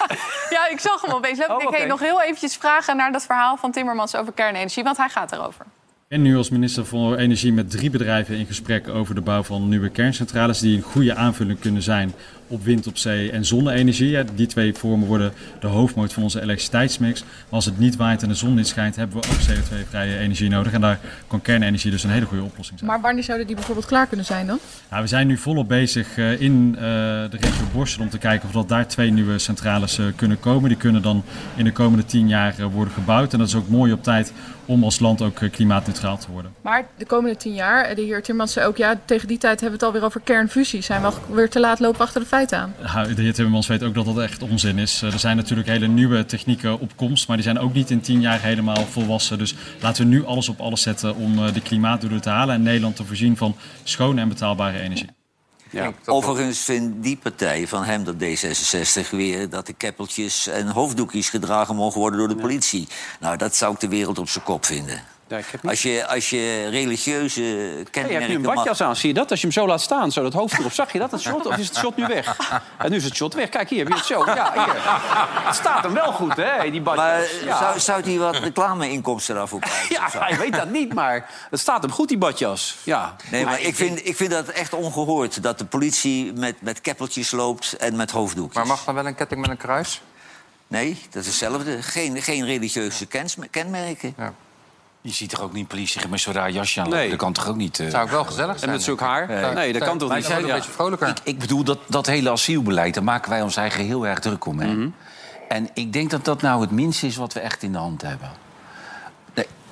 Ja, ik zag hem opeens. Oh, ik okay. nog heel eventjes vragen naar dat verhaal van Timmermans over kernenergie, want hij gaat erover. En nu als minister voor Energie met drie bedrijven in gesprek over de bouw van nieuwe kerncentrales die een goede aanvulling kunnen zijn op wind, op zee en zonne-energie. Ja, die twee vormen worden de hoofdmoot van onze elektriciteitsmix. Maar als het niet waait en de zon niet schijnt, hebben we ook C O twee vrije energie nodig. En daar kan kernenergie dus een hele goede oplossing zijn. Maar wanneer zouden die bijvoorbeeld klaar kunnen zijn dan? Nou, we zijn nu volop bezig uh, in uh, de regio Borselen om te kijken of dat daar twee nieuwe centrales uh, kunnen komen. Die kunnen dan in de komende tien jaar uh, worden gebouwd. En dat is ook mooi op tijd om als land ook uh, klimaatneutraal te worden. Maar de komende tien jaar, de heer Timmermans zei ook... ja, tegen die tijd hebben we het alweer over kernfusie. Zijn we weer te laat lopen achter de feiten aan? De heer Timmermans weet ook dat dat echt onzin is. Er zijn natuurlijk hele nieuwe technieken op komst... maar die zijn ook niet in tien jaar helemaal volwassen. Dus laten we nu alles op alles zetten om uh, de klimaatdoelen te halen... en Nederland te voorzien van schone en betaalbare energie. Ja. Overigens vindt die partij van hem, dat D zesenzestig, weer... dat de keppeltjes en hoofddoekjes gedragen mogen worden door de politie. Nou, dat zou ik de wereld op zijn kop vinden. Ja, ik heb niet... als, je, als je religieuze kenmerken... Hey, je hebt nu een badjas aan, zie je dat? Als je hem zo laat staan, zo dat hoofd erop. Zag je dat, het shot? Of is het shot nu weg? En nu is het shot weg. Kijk, hier heb je het zo. Ja, hier. Het staat hem wel goed, hè, die badjas. Maar ja. zou, zou hij wat reclameinkomsten daarvoor krijgen? Ja, hij weet dat niet, maar het staat hem goed, die badjas. Ja. Nee, maar, maar ik, vind, ik vind dat echt ongehoord. Dat de politie met, met keppeltjes loopt en met hoofddoekjes. Maar mag dan wel een ketting met een kruis? Nee, dat is hetzelfde. Geen, geen religieuze kenmerken. Ja. Je ziet toch ook niet politie met zo'n raar jasje aan? Nee. Dat kan toch ook niet? Uh... Zou ook wel gezellig zijn. En met zulk haar? Nee, nee dat kan toch niet? Zijn een ja. beetje vrolijker. Ik, ik bedoel, dat, dat hele asielbeleid, daar maken wij ons eigen heel erg druk om. Hè? Mm-hmm. En ik denk dat dat nou het minste is wat we echt in de hand hebben. Nee,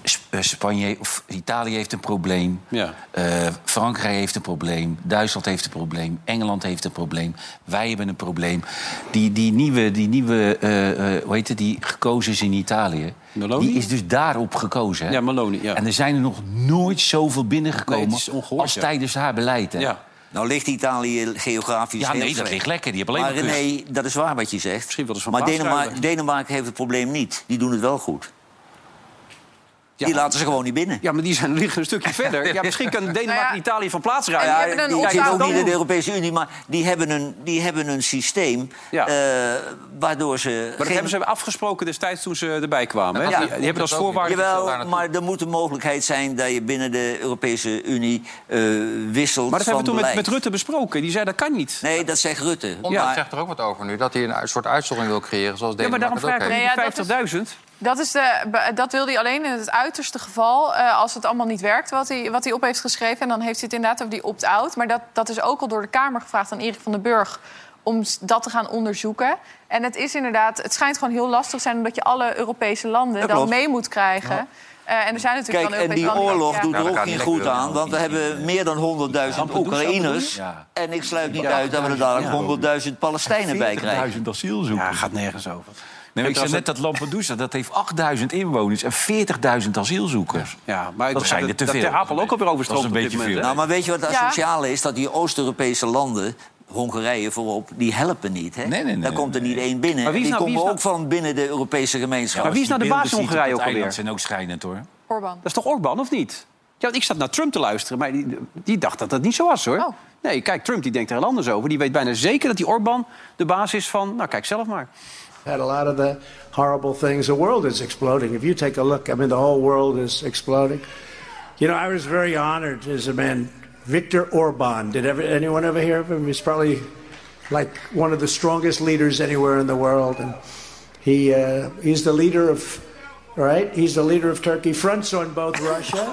Sp- Spanje of Italië heeft een probleem. Ja. Uh, Frankrijk heeft een probleem. Duitsland heeft een probleem. Engeland heeft een probleem. Wij hebben een probleem. Die, die nieuwe, die nieuwe uh, uh, hoe heet het, die gekozen is in Italië... Meloni? Die is dus daarop gekozen. Hè? Ja, Meloni, ja. En er zijn er nog nooit zoveel binnengekomen Nee, als ja. tijdens haar beleid. Hè? Ja. Nou ligt Italië geografisch Ja, heel nee, dat slecht. ligt lekker. Die hebben alleen Maar maar René, dat is waar wat je zegt. Misschien wel eens van maar paasruilen. Denemarken, Denemarken heeft het probleem niet. Die doen het wel goed. Die laten ze gewoon niet binnen. Ja, maar die zijn, liggen een stukje verder. Ja, misschien kan Denemarken Nou ja, Italië van plaats Ja, ruilen. ja, die hebben een die opt-out zitten ook niet in de doen. Europese Unie, maar die hebben een, die hebben een systeem Ja. uh, waardoor ze... Maar dat geen... hebben ze afgesproken destijds toen ze erbij kwamen. Hè? Ja. Die, die hebben als voorwaarde... Jawel, maar er moet een mogelijkheid zijn dat je binnen de Europese Unie uh, wisselt. Maar dat hebben we toen met, beleid. met Rutte besproken. Die zei dat kan niet. Nee, dat zegt Rutte. Omdat ja. zegt er ook wat over nu. Dat hij een soort uitzondering wil creëren zoals Ja, maar Denemarken daarom het ook vraag ik heeft. Nee, ja, die vijftigduizend. Dat, is de, dat wil hij alleen in het uiterste geval, uh, als het allemaal niet werkt, wat hij, wat hij op heeft geschreven. En dan heeft hij het inderdaad over die opt-out. Maar dat, dat is ook al door de Kamer gevraagd aan Erik van den Burg om dat te gaan onderzoeken. En het is inderdaad, het schijnt gewoon heel lastig te zijn omdat je alle Europese landen Dat dan klopt. mee moet krijgen. Ja. Uh, en er zijn natuurlijk Kijk, dan en die Europese landen oorlog die- doet ja. er ook niet goed aan. Want we hebben meer dan honderdduizend Oekraïners. Ja. En ik sluit niet uit dat we er dadelijk honderdduizend Palestijnen bij krijgen. veertigduizend asielzoekers. Ja, gaat nergens over. Nee, maar ik zei net dat Lampedusa, dat heeft achtduizend inwoners en veertigduizend asielzoekers. Ja, maar dat zijn er te dat veel. Ter Apel ook alweer overstroomt Dat is een op dit beetje moment, veel. hè? Nou, maar weet je wat het Ja. asociale is? Dat die Oost-Europese landen, Hongarije voorop, die helpen niet. Hè? Nee, nee, nee, Daar komt er niet één binnen. Maar wie is die nou- wie komen is ook nou- van binnen de Europese gemeenschap. Maar wie is nou de baas in Hongarije ook alweer? Dat zijn ook schijnend, hoor. Orbán. Dat is toch Orbán, of niet? Ja, want ik zat naar Trump te luisteren, maar die, die dacht dat dat niet zo was, hoor. Oh. Nee, kijk, Trump die denkt er heel anders over. Die weet bijna zeker dat die Orbán de baas is van... Nou, kijk zelf maar. Had a lot of the horrible things. The world is exploding. If you take a look, I mean, the whole world is exploding. You know, I was very honored as a man. Viktor Orban. Did ever, anyone ever hear of him? He's probably like one of the strongest leaders anywhere in the world. And he uh, he's the leader of, right? He's the leader of Turkey. Fronts on both Russia.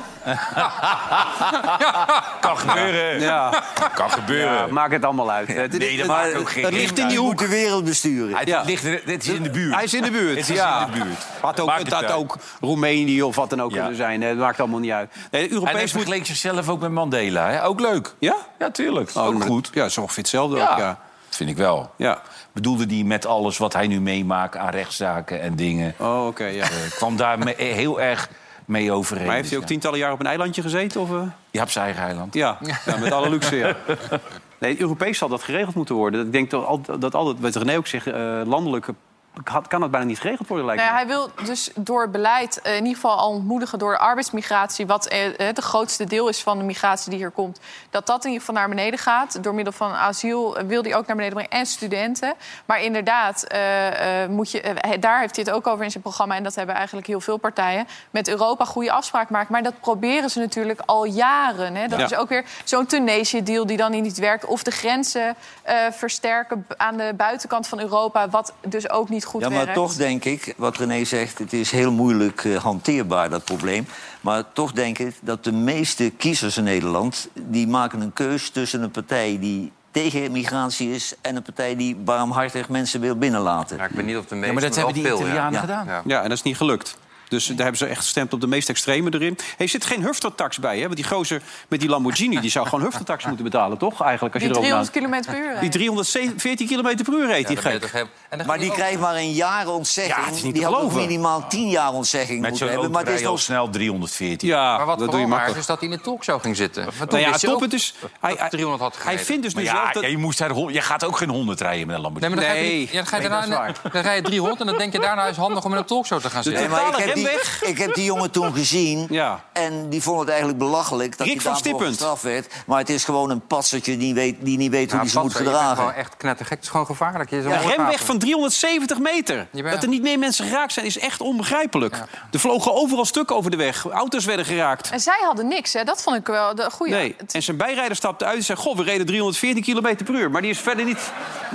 Kan gebeuren. Ja. Kan gebeuren. Ja, maakt het allemaal uit. Het, Nee, dat het- maakt ook geen het ligt in die Moet hoek. de wereld besturen. Hij Ja. ligt er, dit is in de buurt. Hij is in de buurt. Het is ja. in de buurt. Had ook, Maakt het het had uit. ook Roemenië of wat dan ook Ja. kunnen zijn. Het maakt allemaal niet uit. Nee, En hij Europees moet... vergeleek zichzelf ook met Mandela. Hè? Ook leuk. Ja? Ja, tuurlijk. Oh, ook maar- goed. Ja, zo ongeveer hetzelfde Ja, ook, ja. dat vind ik wel. Ja. Bedoelde die met alles wat hij nu meemaakt aan rechtszaken en dingen... Oh, oké, ja. eh, kwam daar me- heel erg mee overeen. Maar heeft hij Dus ook tientallen jaar op een eilandje gezeten? Of, uh? ja, op zijn eigen eiland. Ja, ja, met alle luxe, ja. Nee, Europees zal dat geregeld moeten worden. Ik denk dat, al, dat altijd, wat René ook zegt, uh, landelijke... kan het bijna niet geregeld worden, lijkt me. Nou ja, hij wil dus door beleid uh, in ieder geval al ontmoedigen door de arbeidsmigratie... wat uh, het grootste deel is van de migratie die hier komt... dat dat in ieder geval naar beneden gaat. Door middel van asiel uh, wil hij ook naar beneden brengen. En studenten. Maar inderdaad, uh, uh, moet je, uh, daar heeft hij het ook over in zijn programma... en dat hebben eigenlijk heel veel partijen... met Europa goede afspraken maken. Maar dat proberen ze natuurlijk al jaren. Hè. Dat Ja. is ook weer zo'n Tunesië-deal die dan niet werkt. Of de grenzen uh, versterken aan de buitenkant van Europa... wat dus ook niet goed Ja, maar werkt. toch denk ik, wat René zegt, het is heel moeilijk uh, hanteerbaar, dat probleem. Maar toch denk ik dat de meeste kiezers in Nederland... die maken een keus tussen een partij die tegen migratie is... en een partij die barmhartig mensen wil binnenlaten. Ja, ik weet niet of de meeste, Ja, maar dat hebben die wel veel, Italianen ja. gedaan. Ja. Ja, en dat is niet gelukt. Dus daar hebben ze echt gestemd op de meest extreme erin. Hey, er zit geen huftertax bij, hè? Want die gozer met die Lamborghini... die zou gewoon huftertax moeten betalen, toch? Eigenlijk, als Die je erover driehonderd na- kilometer per uur. Die driehonderdveertien kilometer per uur reed, die Ja, dan ben je gek. toch heel- en dan Maar ga die je ook- krijgt maar een jaar ontzegging. Ja, het is niet die te had nog geloven. minimaal tien jaar ontzegging Met moeten zo'n hebben. Maar het is autorij al nog... snel driehonderdveertien. Ja, Maar wat dat doe je vooral raar is, makkelijk. is dat hij in de talkshow ging zitten. Want toen Nou ja, wist je top, ook het is... Hij, dat hij, driehonderd had hij gereden. vindt dus nu Maar zelf ja, dat... ja, je, moest daar, hon- je gaat ook geen honderd rijden met een Nee, Lamborghini. maar dan ga je, Nee. ja, dan ga je Nee, dat is daarna dan rij je driehonderd en dan denk je daarna is het handig om in een talkshow te gaan De zitten. Nee, maar ik totale heb, die, remweg. ik heb die jongen toen gezien. Ja. En die vond het eigenlijk belachelijk dat Rick hij van daarvoor Stippend. gestraft werd. Maar het is gewoon een patsertje die, weet, die niet weet hoe Ja, hij zich moet Patser, je bent gedragen. gewoon echt knettergek. Het is gewoon gevaarlijk. Je is een Een moordwapen. remweg van driehonderdzeventig meter. Je bent- Dat er niet meer mensen geraakt zijn, is echt onbegrijpelijk. Er vlogen overal stukken over de weg. Auto's werden geraakt. En zij hadden niks, hè? Dat vond ik wel de goede. Nee. En zijn bijrijder stapte uit en zei... Goh, we reden driehonderdveertien kilometer per uur. Maar die is verder niet...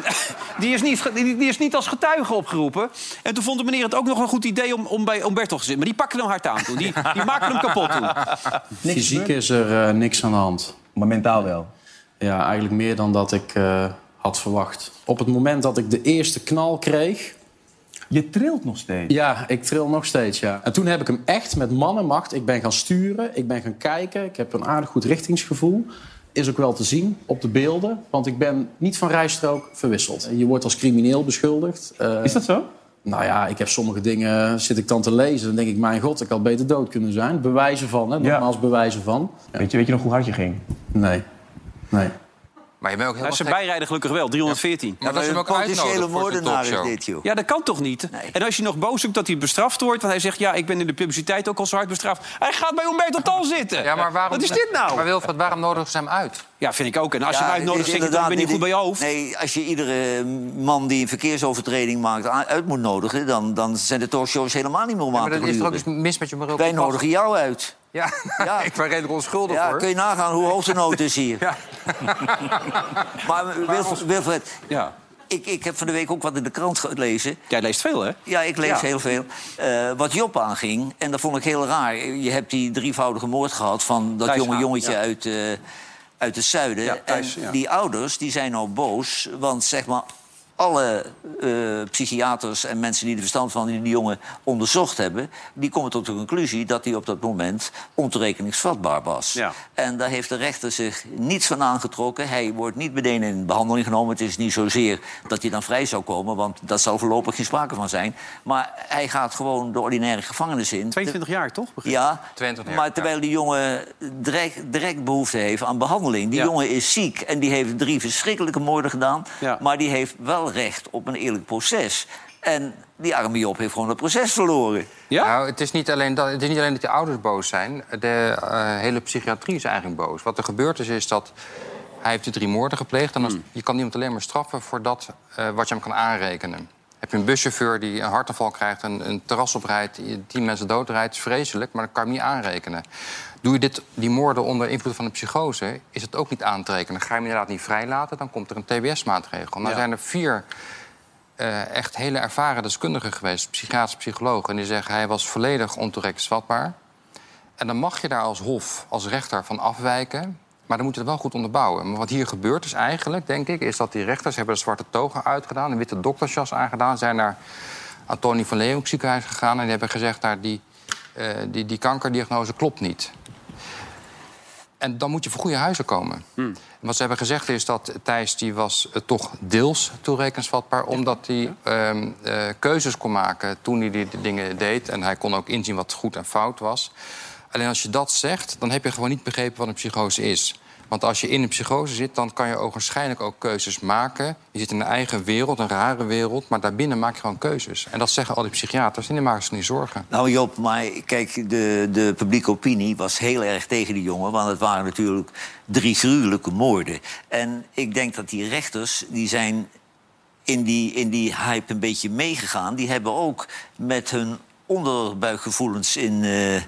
Die is niet, die die is niet als getuige opgeroepen. En toen vond de meneer het ook nog een goed idee om, om bij Umberto te zitten. Maar die pakte hem hard aan toen. Die, die maakte hem kapot toen. Fysiek is er uh, niks aan de hand. Maar mentaal wel? Ja, eigenlijk meer dan dat ik uh, had verwacht. Op het moment dat ik de eerste knal kreeg... Je trilt nog steeds. Ja, ik tril nog steeds, ja. En toen heb ik hem echt met mannenmacht... Ik ben gaan sturen, ik ben gaan kijken. Ik heb een aardig goed richtingsgevoel. Is ook wel te zien op de beelden. Want ik ben niet van rijstrook verwisseld. Je wordt als crimineel beschuldigd. Uh, Is dat zo? Nou ja, ik heb sommige dingen, zit ik dan te lezen... dan denk ik, mijn god, ik had beter dood kunnen zijn. Bewijzen van, hè, nogmaals ja. bewijzen van. Ja. Weet je, weet je nog hoe hard je ging? Nee, nee. Maar je bent ook heel nou, ze bijrijden gelukkig wel, driehonderdveertien. Ja, maar dat is een potentiële moordenaar is dit, joh. Ja, dat kan toch niet? Nee. En als je nog boos zoekt dat hij bestraft wordt... want hij zegt, ja, ik ben in de publiciteit ook al zo hard bestraft... hij gaat bij Humberto Tan zitten. Ja, maar waarom, wat is dit nou? Maar Wilfred, waarom nodigen ze hem uit? Ja, vind ik ook. En als ja, je hem uitnodigt, zeg je, dan ben je niet goed bij je hoofd. Nee, als je iedere man die een verkeersovertreding maakt uit moet nodigen... dan, dan zijn de talkshows helemaal niet meer om ja, aan te gluren. Maar dat is toch ook mis met je moreel. Wij nodigen jou uit. Ja, ja. Ik ben redelijk onschuldig, ja, hoor. Kun je nagaan hoe hoog de nood is hier. Ja. Maar Wilfred, Wilfred ja. ik, ik heb van de week ook wat in de krant gelezen. Jij leest veel, hè? Ja, ik lees ja. heel veel. Uh, wat Job aanging, en dat vond ik heel raar. Je hebt die drievoudige moord gehad van dat Thijs, jonge jongetje ja. uit, uh, uit het zuiden. Ja, Thijs, en ja. die ouders die zijn nou boos, want zeg maar... alle uh, psychiaters en mensen die er verstand van die, die jongen onderzocht hebben... die komen tot de conclusie dat hij op dat moment ontoerekeningsvatbaar was. Ja. En daar heeft de rechter zich niets van aangetrokken. Hij wordt niet meteen in behandeling genomen. Het is niet zozeer dat hij dan vrij zou komen... want dat zal voorlopig geen sprake van zijn. Maar hij gaat gewoon de ordinaire gevangenis in. tweeëntwintig jaar, toch? Begrijp? Ja, twintig jaar, maar terwijl die jongen direct, direct behoefte heeft aan behandeling. Die ja. jongen is ziek en die heeft drie verschrikkelijke moorden gedaan... Ja. maar die heeft wel recht op een eerlijk proces. En die arme Job heeft gewoon het proces verloren. Ja? Nou, het is niet alleen dat, het is niet alleen dat de ouders boos zijn. De uh, hele psychiatrie is eigenlijk boos. Wat er gebeurd is, is dat hij heeft de drie moorden gepleegd. En als, hmm. je kan iemand alleen maar straffen voor dat uh, wat je hem kan aanrekenen. Heb je een buschauffeur die een hartaanval krijgt... een, een terras oprijdt, tien mensen doodrijdt, is vreselijk... maar dat kan je hem niet aanrekenen. Doe je dit, die moorden onder invloed van een psychose... is het ook niet aan te rekenen. Ga je hem inderdaad niet vrijlaten, dan komt er een T B S-maatregel. Nou ja. zijn er vier uh, echt hele ervaren deskundigen geweest... psychiaters, psychologen, en die zeggen... hij was volledig ontoerekeningsvatbaar. En dan mag je daar als hof, als rechter van afwijken... maar dan moet je het wel goed onderbouwen. Maar wat hier gebeurt is eigenlijk, denk ik... is dat die rechters hebben de zwarte toga uitgedaan... een witte doktersjas aangedaan... zijn naar Antonie van Leeuwenhoek ziekenhuis gegaan... en die hebben gezegd, daar, die, uh, die, die kankerdiagnose klopt niet... En dan moet je voor goede huizen komen. Hmm. Wat ze hebben gezegd is dat Thijs die was uh, toch deels toerekeningsvatbaar... omdat hij uh, uh, keuzes kon maken toen hij die, die dingen deed. En hij kon ook inzien wat goed en fout was. Alleen als je dat zegt, dan heb je gewoon niet begrepen wat een psychose is. Want als je in een psychose zit, dan kan je ook waarschijnlijk ook keuzes maken. Je zit in een eigen wereld, een rare wereld... maar daarbinnen maak je gewoon keuzes. En dat zeggen al die psychiaters en die maken zich niet zorgen. Nou Job, maar kijk, de, de publieke opinie was heel erg tegen die jongen... want het waren natuurlijk drie gruwelijke moorden. En ik denk dat die rechters, die zijn in die, in die hype een beetje meegegaan. Die hebben ook met hun onderbuikgevoelens in... Uh,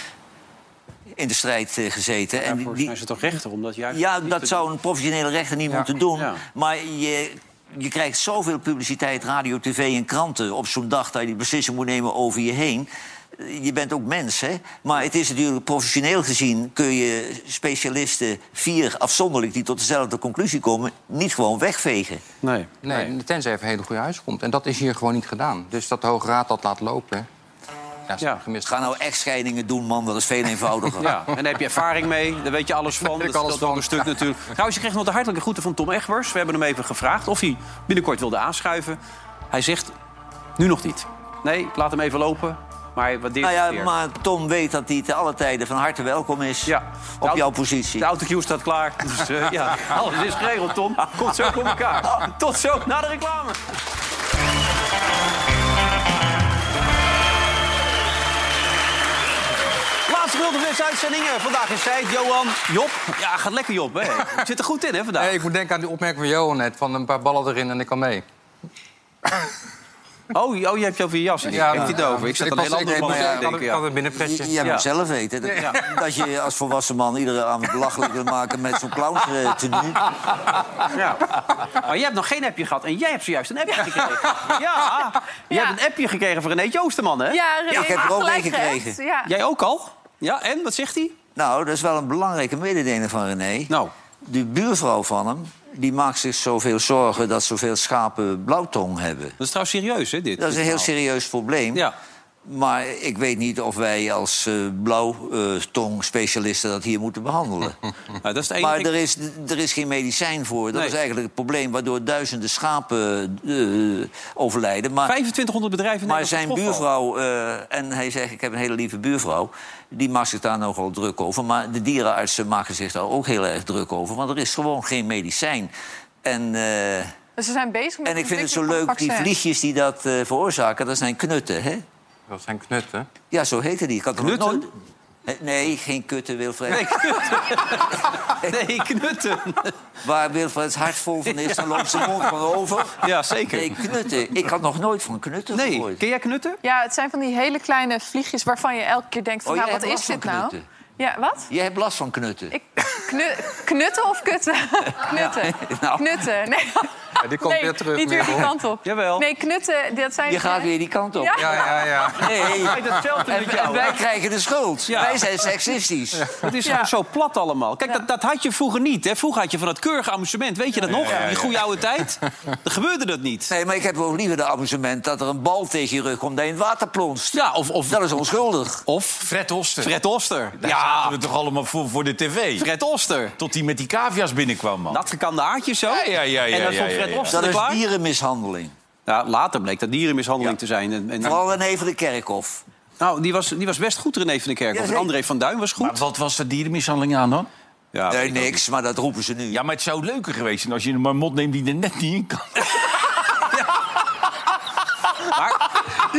in de strijd uh, gezeten. Ja, en die, volgens mij is het toch rechter om dat juist... Ja, dat zou doen. Een professionele rechter niet ja. moeten doen. Ja. Maar je, je krijgt zoveel publiciteit, radio, tv en kranten... op zo'n dag dat je die beslissing moet nemen over je heen. Je bent ook mens, hè? Maar het is natuurlijk professioneel gezien... kun je specialisten, vier afzonderlijk... die tot dezelfde conclusie komen, niet gewoon wegvegen. Nee, nee, nee. Tenzij even een hele goede huis komt. En dat is hier gewoon niet gedaan. Dus dat de Hoge Raad dat laat lopen... Ja, ja. Gemist. Ga nou echtscheidingen doen, man. Dat is veel eenvoudiger. Ja, en daar heb je ervaring mee. Daar weet je alles van. Dat is ook een stuk natuurlijk. Trouwens, je kreeg nog de hartelijke groeten van Tom Egbers. We hebben hem even gevraagd of hij binnenkort wilde aanschuiven. Hij zegt, nu nog niet. Nee, ik laat hem even lopen. Maar hij waardeert nou ja, het weer. Maar Tom weet dat hij te alle tijden van harte welkom is. Ja. Op auto, jouw positie. De autocue staat klaar. Dus uh, ja, alles is geregeld, Tom. Komt zo voor elkaar. Tot zo, na de reclame. Laatste gedeelte van deze uitzendingen. Vandaag is zij, Johan, Job. Ja, gaat lekker, Job. Hè? Je zit er goed in, hè, vandaag. Nee, ik moet denken aan die opmerking van Johan net. Van een paar ballen erin en ik kan mee. Oh, oh, je hebt je over je jas. Ik ja, heb het over. Ik zat aan een heel ander man te denken. Ik had het binnenpretje. Jij moet ja. zelf weten. Dat, ja. dat je als volwassen man iedere avond belachelijk wil maken met zo'n clownstenue. Ja. Maar jij hebt nog geen appje gehad en jij hebt zojuist een appje gekregen. Ja, je ja. hebt een appje gekregen voor René Joosterman, hè? Ja, René, ik heb er ook mee gekregen. Ja. Jij ook al? Ja, en? Wat zegt hij? Nou, dat is wel een belangrijke mededeling van René. Nou. de buurvrouw van hem... die maakt zich zoveel zorgen dat zoveel schapen blauwtong hebben. Dat is trouwens serieus, hè, dit? Dat is een heel serieus probleem. Ja. Maar ik weet niet of wij als uh, blauwtong-specialisten dat hier moeten behandelen. Nou, dat is het enige... Maar er is, er is geen medicijn voor. Dat Nee. is eigenlijk het probleem waardoor duizenden schapen uh, overlijden. Maar, vijfentwintighonderd bedrijven in Maar Nederland zijn getroffen al. buurvrouw, uh, en hij zegt, ik heb een hele lieve buurvrouw... die maakt zich daar nogal druk over. Maar de dierenartsen maken zich daar ook heel erg druk over. Want er is gewoon geen medicijn. En... Uh, Dus ze zijn bezig met en ik vind het zo leuk, die vliegjes die dat uh, veroorzaken, dat zijn knutten, hè? Dat zijn knutten. Ja, zo heette die. Ik had er nog Knutten? nooit... Nee, geen kutten, Wilfred. Nee, knutten. Nee, knutten. Waar Wilfreds hart vol van is, dan loopt zijn mond van over. Ja, zeker. Nee, knutten. Ik had nog nooit van knutten Nee, gehoord. ken jij knutten? Ja, het zijn van die hele kleine vliegjes waarvan je elke keer denkt... Van, Oh, nou, jij wat hebt is last dit van nou? knutten. Ja, wat? Jij hebt last van knutten. Ik, knu, knutten of kutten? Knutten. Ja, nou. Knutten. Nee, Ja, die komt nee, weer terug. niet weer die Merel. kant op. Jawel. Nee, knutten, dat zijn... Je gaat weer die kant op. Ja. Ja, ja, ja. Nee, hetzelfde en, met jou, en wij hè? krijgen de schuld. Ja. Wij zijn seksistisch. Het is Ja. gewoon zo plat allemaal. Kijk, Ja. dat, dat had je vroeger niet. Hè? Vroeger had je van dat keurige amusement. Weet je dat nog? Die goede oude tijd. Dan gebeurde dat niet. Nee, maar ik heb ook liever de amusement dat er een bal tegen je rug komt... dat je in het water plonst. Ja, of, of, Dat is onschuldig. of Fred Oster. Fred Oster. Daar Ja, zaten we toch allemaal voor, voor de tv? Fred Oster. Tot hij met die cavia's binnenkwam, man. Dat gekande haartjes zo. Ja, ja, ja, ja, en dat ja, vond ja, Fred ja. Oster Dat is klaar. dierenmishandeling. Ja, later bleek dat dierenmishandeling te zijn. En, en, Vooral René van de Kerkhof. nou, die was, die was best goed, René van der Kerkhof. Ja, En zeker. André van Duin was goed. Maar wat was er dierenmishandeling aan dan? Ja, Nee, niks, maar dat roepen ze nu. Ja, maar het zou leuker geweest zijn als je een marmot neemt die er net niet in kan. maar,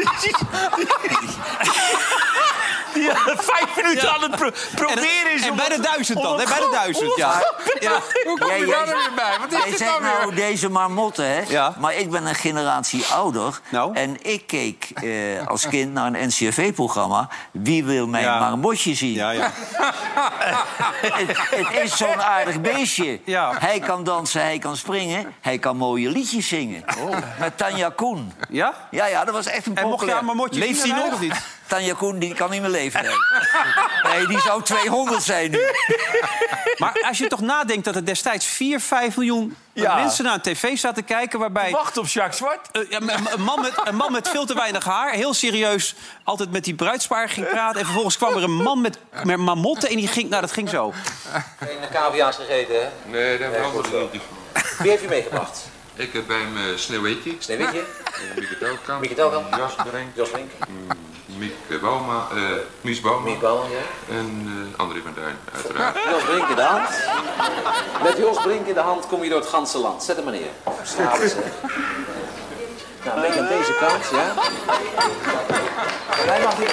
Die had vijf minuten Ja. aan het pro- proberen is. en om bij de het- duizend om dan. het hè, bij de goed- duizend, ja. ja. Hoe kom je Jij- daar jij- nou weer bij? Wat is Jij dit zegt nou nou weer? deze marmotten, hè? Ja. Maar ik ben een generatie ouder. Nou? En ik keek eh, als kind naar een N C R V-programma. Wie wil mijn Ja. marmotje zien? Ja, ja. het, het is zo'n aardig beestje. Ja. Hij kan dansen, hij kan springen. Hij kan mooie liedjes zingen. Met Tanja Koen. Ja? Ja, ja, dat was echt een En mocht je populair... aan marmotjes Leeft zien hij of nog? niet? Tanja Koen, die kan niet meer leven. Nee, nee die zou tweehonderd zijn nu. Maar als je toch nadenkt dat er destijds vier, vijf miljoen Ja. mensen naar een tv zaten kijken... waarbij Wacht op Jacques Zwart. eh, ja, een, een man met, een man met veel te weinig haar... heel serieus altijd met die bruidspaar ging praten... en vervolgens kwam er een man met, met marmotten en die ging... Nou, dat ging zo. Geen cavia's gegeten, hè? Nee, dat hebben we niet. Wie heeft u meegebracht? Ik heb bij hem uh, Sneeuwwitje. Sneeuwwitje? Uh, Mieke Telkamp. Mieke Telkamp. Jos Brink. Jos Brink. Mm, Mieke Bauma. Uh, Mies Bauma. Mies Bauma, ja. En uh, André van Duin, uiteraard. Jos Brink in de hand. Met Jos Brink in de hand kom je door het ganse land. Zet hem maar neer. Stralen ze. Nou, een beetje aan deze kant, ja. Hij mag hier.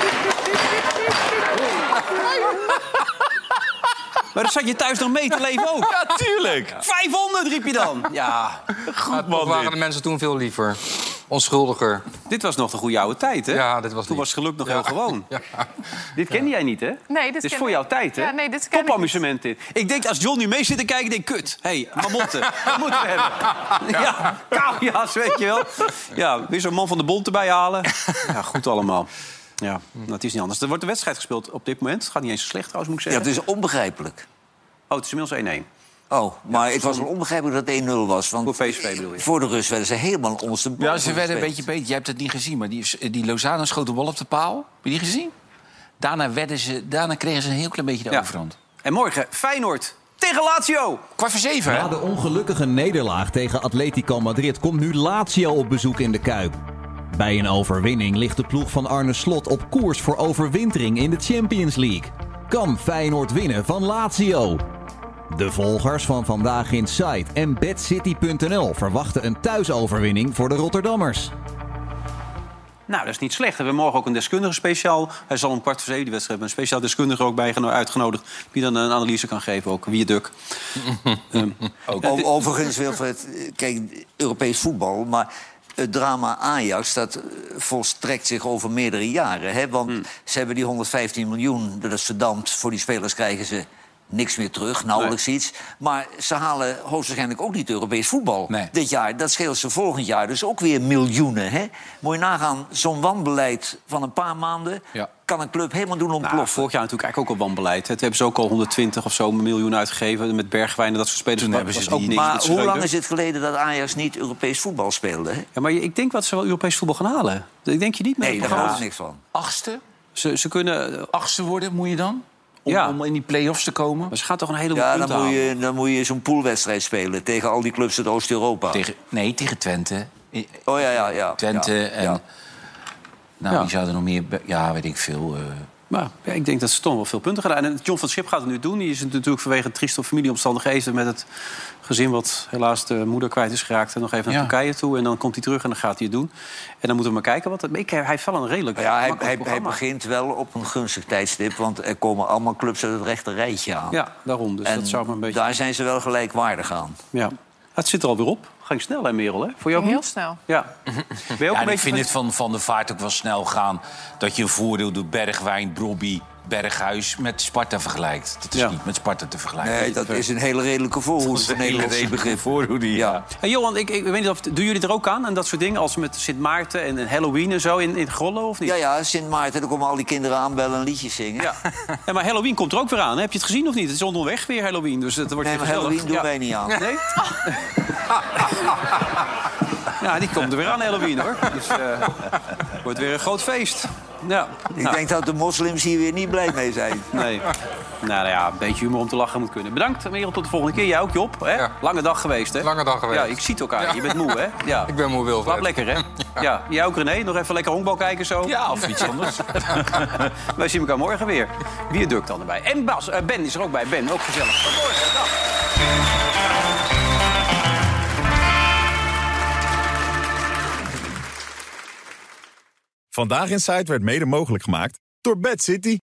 Maar dan zat je thuis nog mee te leven ook. Ja, tuurlijk. vijfhonderd riep je dan. Ja, Maar man, toch waren dit. de mensen toen veel liever. Onschuldiger. dit was nog de goede oude tijd, hè? Ja, dit was Toen lief. was het geluk nog Ja. heel gewoon. Ja. Dit kende jij niet, hè? Nee, dit Dit is ken voor ik. jouw tijd, hè? Ja, nee, dit ken ik Topamusement dit. Ik denk, als John nu mee zit te kijken, denk ik, kut. Hé, hey, marmotten. Dat moeten we hebben. Ja, cavia's, weet je wel. Ja, weer zo'n man van de bond erbij halen. Ja, goed allemaal. Ja, nou, het is niet anders. Er wordt een wedstrijd gespeeld op dit moment. Het gaat niet eens zo slecht, trouwens, moet ik Ja, zeggen. het is onbegrijpelijk. Oh, het is inmiddels één-één. Oh, maar het was wel onbegrijpelijk dat het één nul was. Want Voor P S V bedoel je? voor de rust werden ze helemaal ondersteboven. Ja, ze werden een gespeeld. beetje beter. Jij hebt het niet gezien, maar die, die Lozano schoot de bal op de paal. Heb je die gezien? Daarna, werden ze, daarna kregen ze een heel klein beetje de Ja. overhand. En morgen Feyenoord tegen Lazio. Kwart voor zeven, hè? Na de ongelukkige nederlaag tegen Atletico Madrid komt nu Lazio op bezoek in de Kuip. Bij een overwinning ligt de ploeg van Arne Slot op koers voor overwintering in de Champions League. Kan Feyenoord winnen van Lazio? De volgers van Vandaag in Site en bedcity punt n l verwachten een thuisoverwinning voor de Rotterdammers. Nou, dat is niet slecht. We hebben morgen ook een deskundige speciaal. Hij zal om kwart voor zeven die wedstrijd hebben. Een speciaal deskundige ook bij uitgenodigd. Die dan een analyse kan geven ook. Wie Duk. um, O- Overigens, Wilfred, kijk, Europees voetbal... maar het drama Ajax, dat eh, volstrekt zich over meerdere jaren. Hè? Want Hmm. ze hebben die honderdvijftien miljoen, dat is verdampt. Voor die spelers krijgen ze niks meer terug, nauwelijks nee. iets. Maar ze halen hoogstwaarschijnlijk ook niet Europees voetbal nee. dit jaar. Dat scheelt ze volgend jaar dus ook weer miljoenen. Hè? Moet je nagaan, zo'n wanbeleid van een paar maanden... Ja. kan een club helemaal doen ontploffen. Nou, vorig jaar natuurlijk eigenlijk ook al wanbeleid. Hè. Toen hebben ze ook al honderdtwintig of zo miljoen uitgegeven... met Bergwijn en dat soort spelers. Hebben ze ook niks. Maar hoe lang is het geleden dat Ajax niet Europees voetbal speelde? Hè? Ja, maar ik denk wat ze wel Europees voetbal gaan halen. Ik denk je niet meer. Nee, daar gaat niks van. Achtste? Ze, ze kunnen... Achtste worden, moet je dan? Om, ja. om in die play-offs te komen? Maar ze gaan toch een heleboel ja, punten dan moet je, dan moet je zo'n poolwedstrijd spelen... tegen al die clubs uit Oost-Europa. Tegen, nee, tegen Twente. Oh ja, ja, ja. Twente ja, en... Ja. Nou, ja. die zouden nog meer... Ja, weet ik veel... Uh... Maar ja, ik denk dat ze toch wel veel punten gaan halen. En John van het Schip gaat het nu doen. Die is natuurlijk vanwege trieste familieomstandigheden... met het gezin wat helaas de moeder kwijt is geraakt... en nog even naar ja. Turkije toe. En dan komt hij terug en dan gaat hij het doen. En dan moeten we maar kijken. Wat het, ik, hij heeft wel een redelijk... Ja, hij, hij, hij begint wel op een gunstig tijdstip... want er komen allemaal clubs uit het rechte rijtje aan. Ja, daarom. Dus en dat zou maar een beetje... daar zijn ze wel gelijkwaardig aan. Ja. Het zit er alweer op. Ging snel, hè, Merel? Hè? Voor jou heel niet? snel. Ja. Ben je ook ja, een ik vind van... het van Van der Vaart ook wel snel gaan... dat je een voordeel door Bergwijn, Brobby, Berghuis met Sparta vergelijkt. Dat is ja. niet met Sparta te vergelijken. Nee, dat is een hele redelijke voorhoede. Een hele redelijke begrip. Voorhoede, ja. ja. Hey, Johan, ik, ik weet niet of... Doen jullie er ook aan? En dat soort dingen als met Sint Maarten en, en Halloween en zo in, in Grollo, of niet? Ja, ja, Sint Maarten. Dan komen al die kinderen aanbellen en liedjes zingen. Ja. ja, maar Halloween komt er ook weer aan. Hè? Heb je het gezien of niet? Het is onderweg weer Halloween. Dus het wordt nee, maar Halloween doen ja. wij niet aan. Nee? Ja, die komt er weer aan, Halloween, hoor. Dus het uh, wordt weer een groot feest. Ja. Ik nou. denk dat de moslims hier weer niet blij mee zijn. Nee. Nou ja, een beetje humor om te lachen moet kunnen. Bedankt, Merel, tot de volgende keer. Jij ook, Job. Hè? Ja. Lange dag geweest, hè? Lange dag geweest. Ja, ik zie het elkaar. Ja. Je bent moe, hè? Ja. Ik ben moe, Wilfred. Slaap lekker, hè? Ja. ja. Jij ook, René? Nog even lekker honkbal kijken zo? Ja, of iets anders. Wij zien elkaar morgen weer. Viaduct dan erbij. En Bas, uh, Ben is er ook bij. Ben, ook gezellig. Tot morgen. Dag. Vandaag in Site werd mede mogelijk gemaakt door Bad City.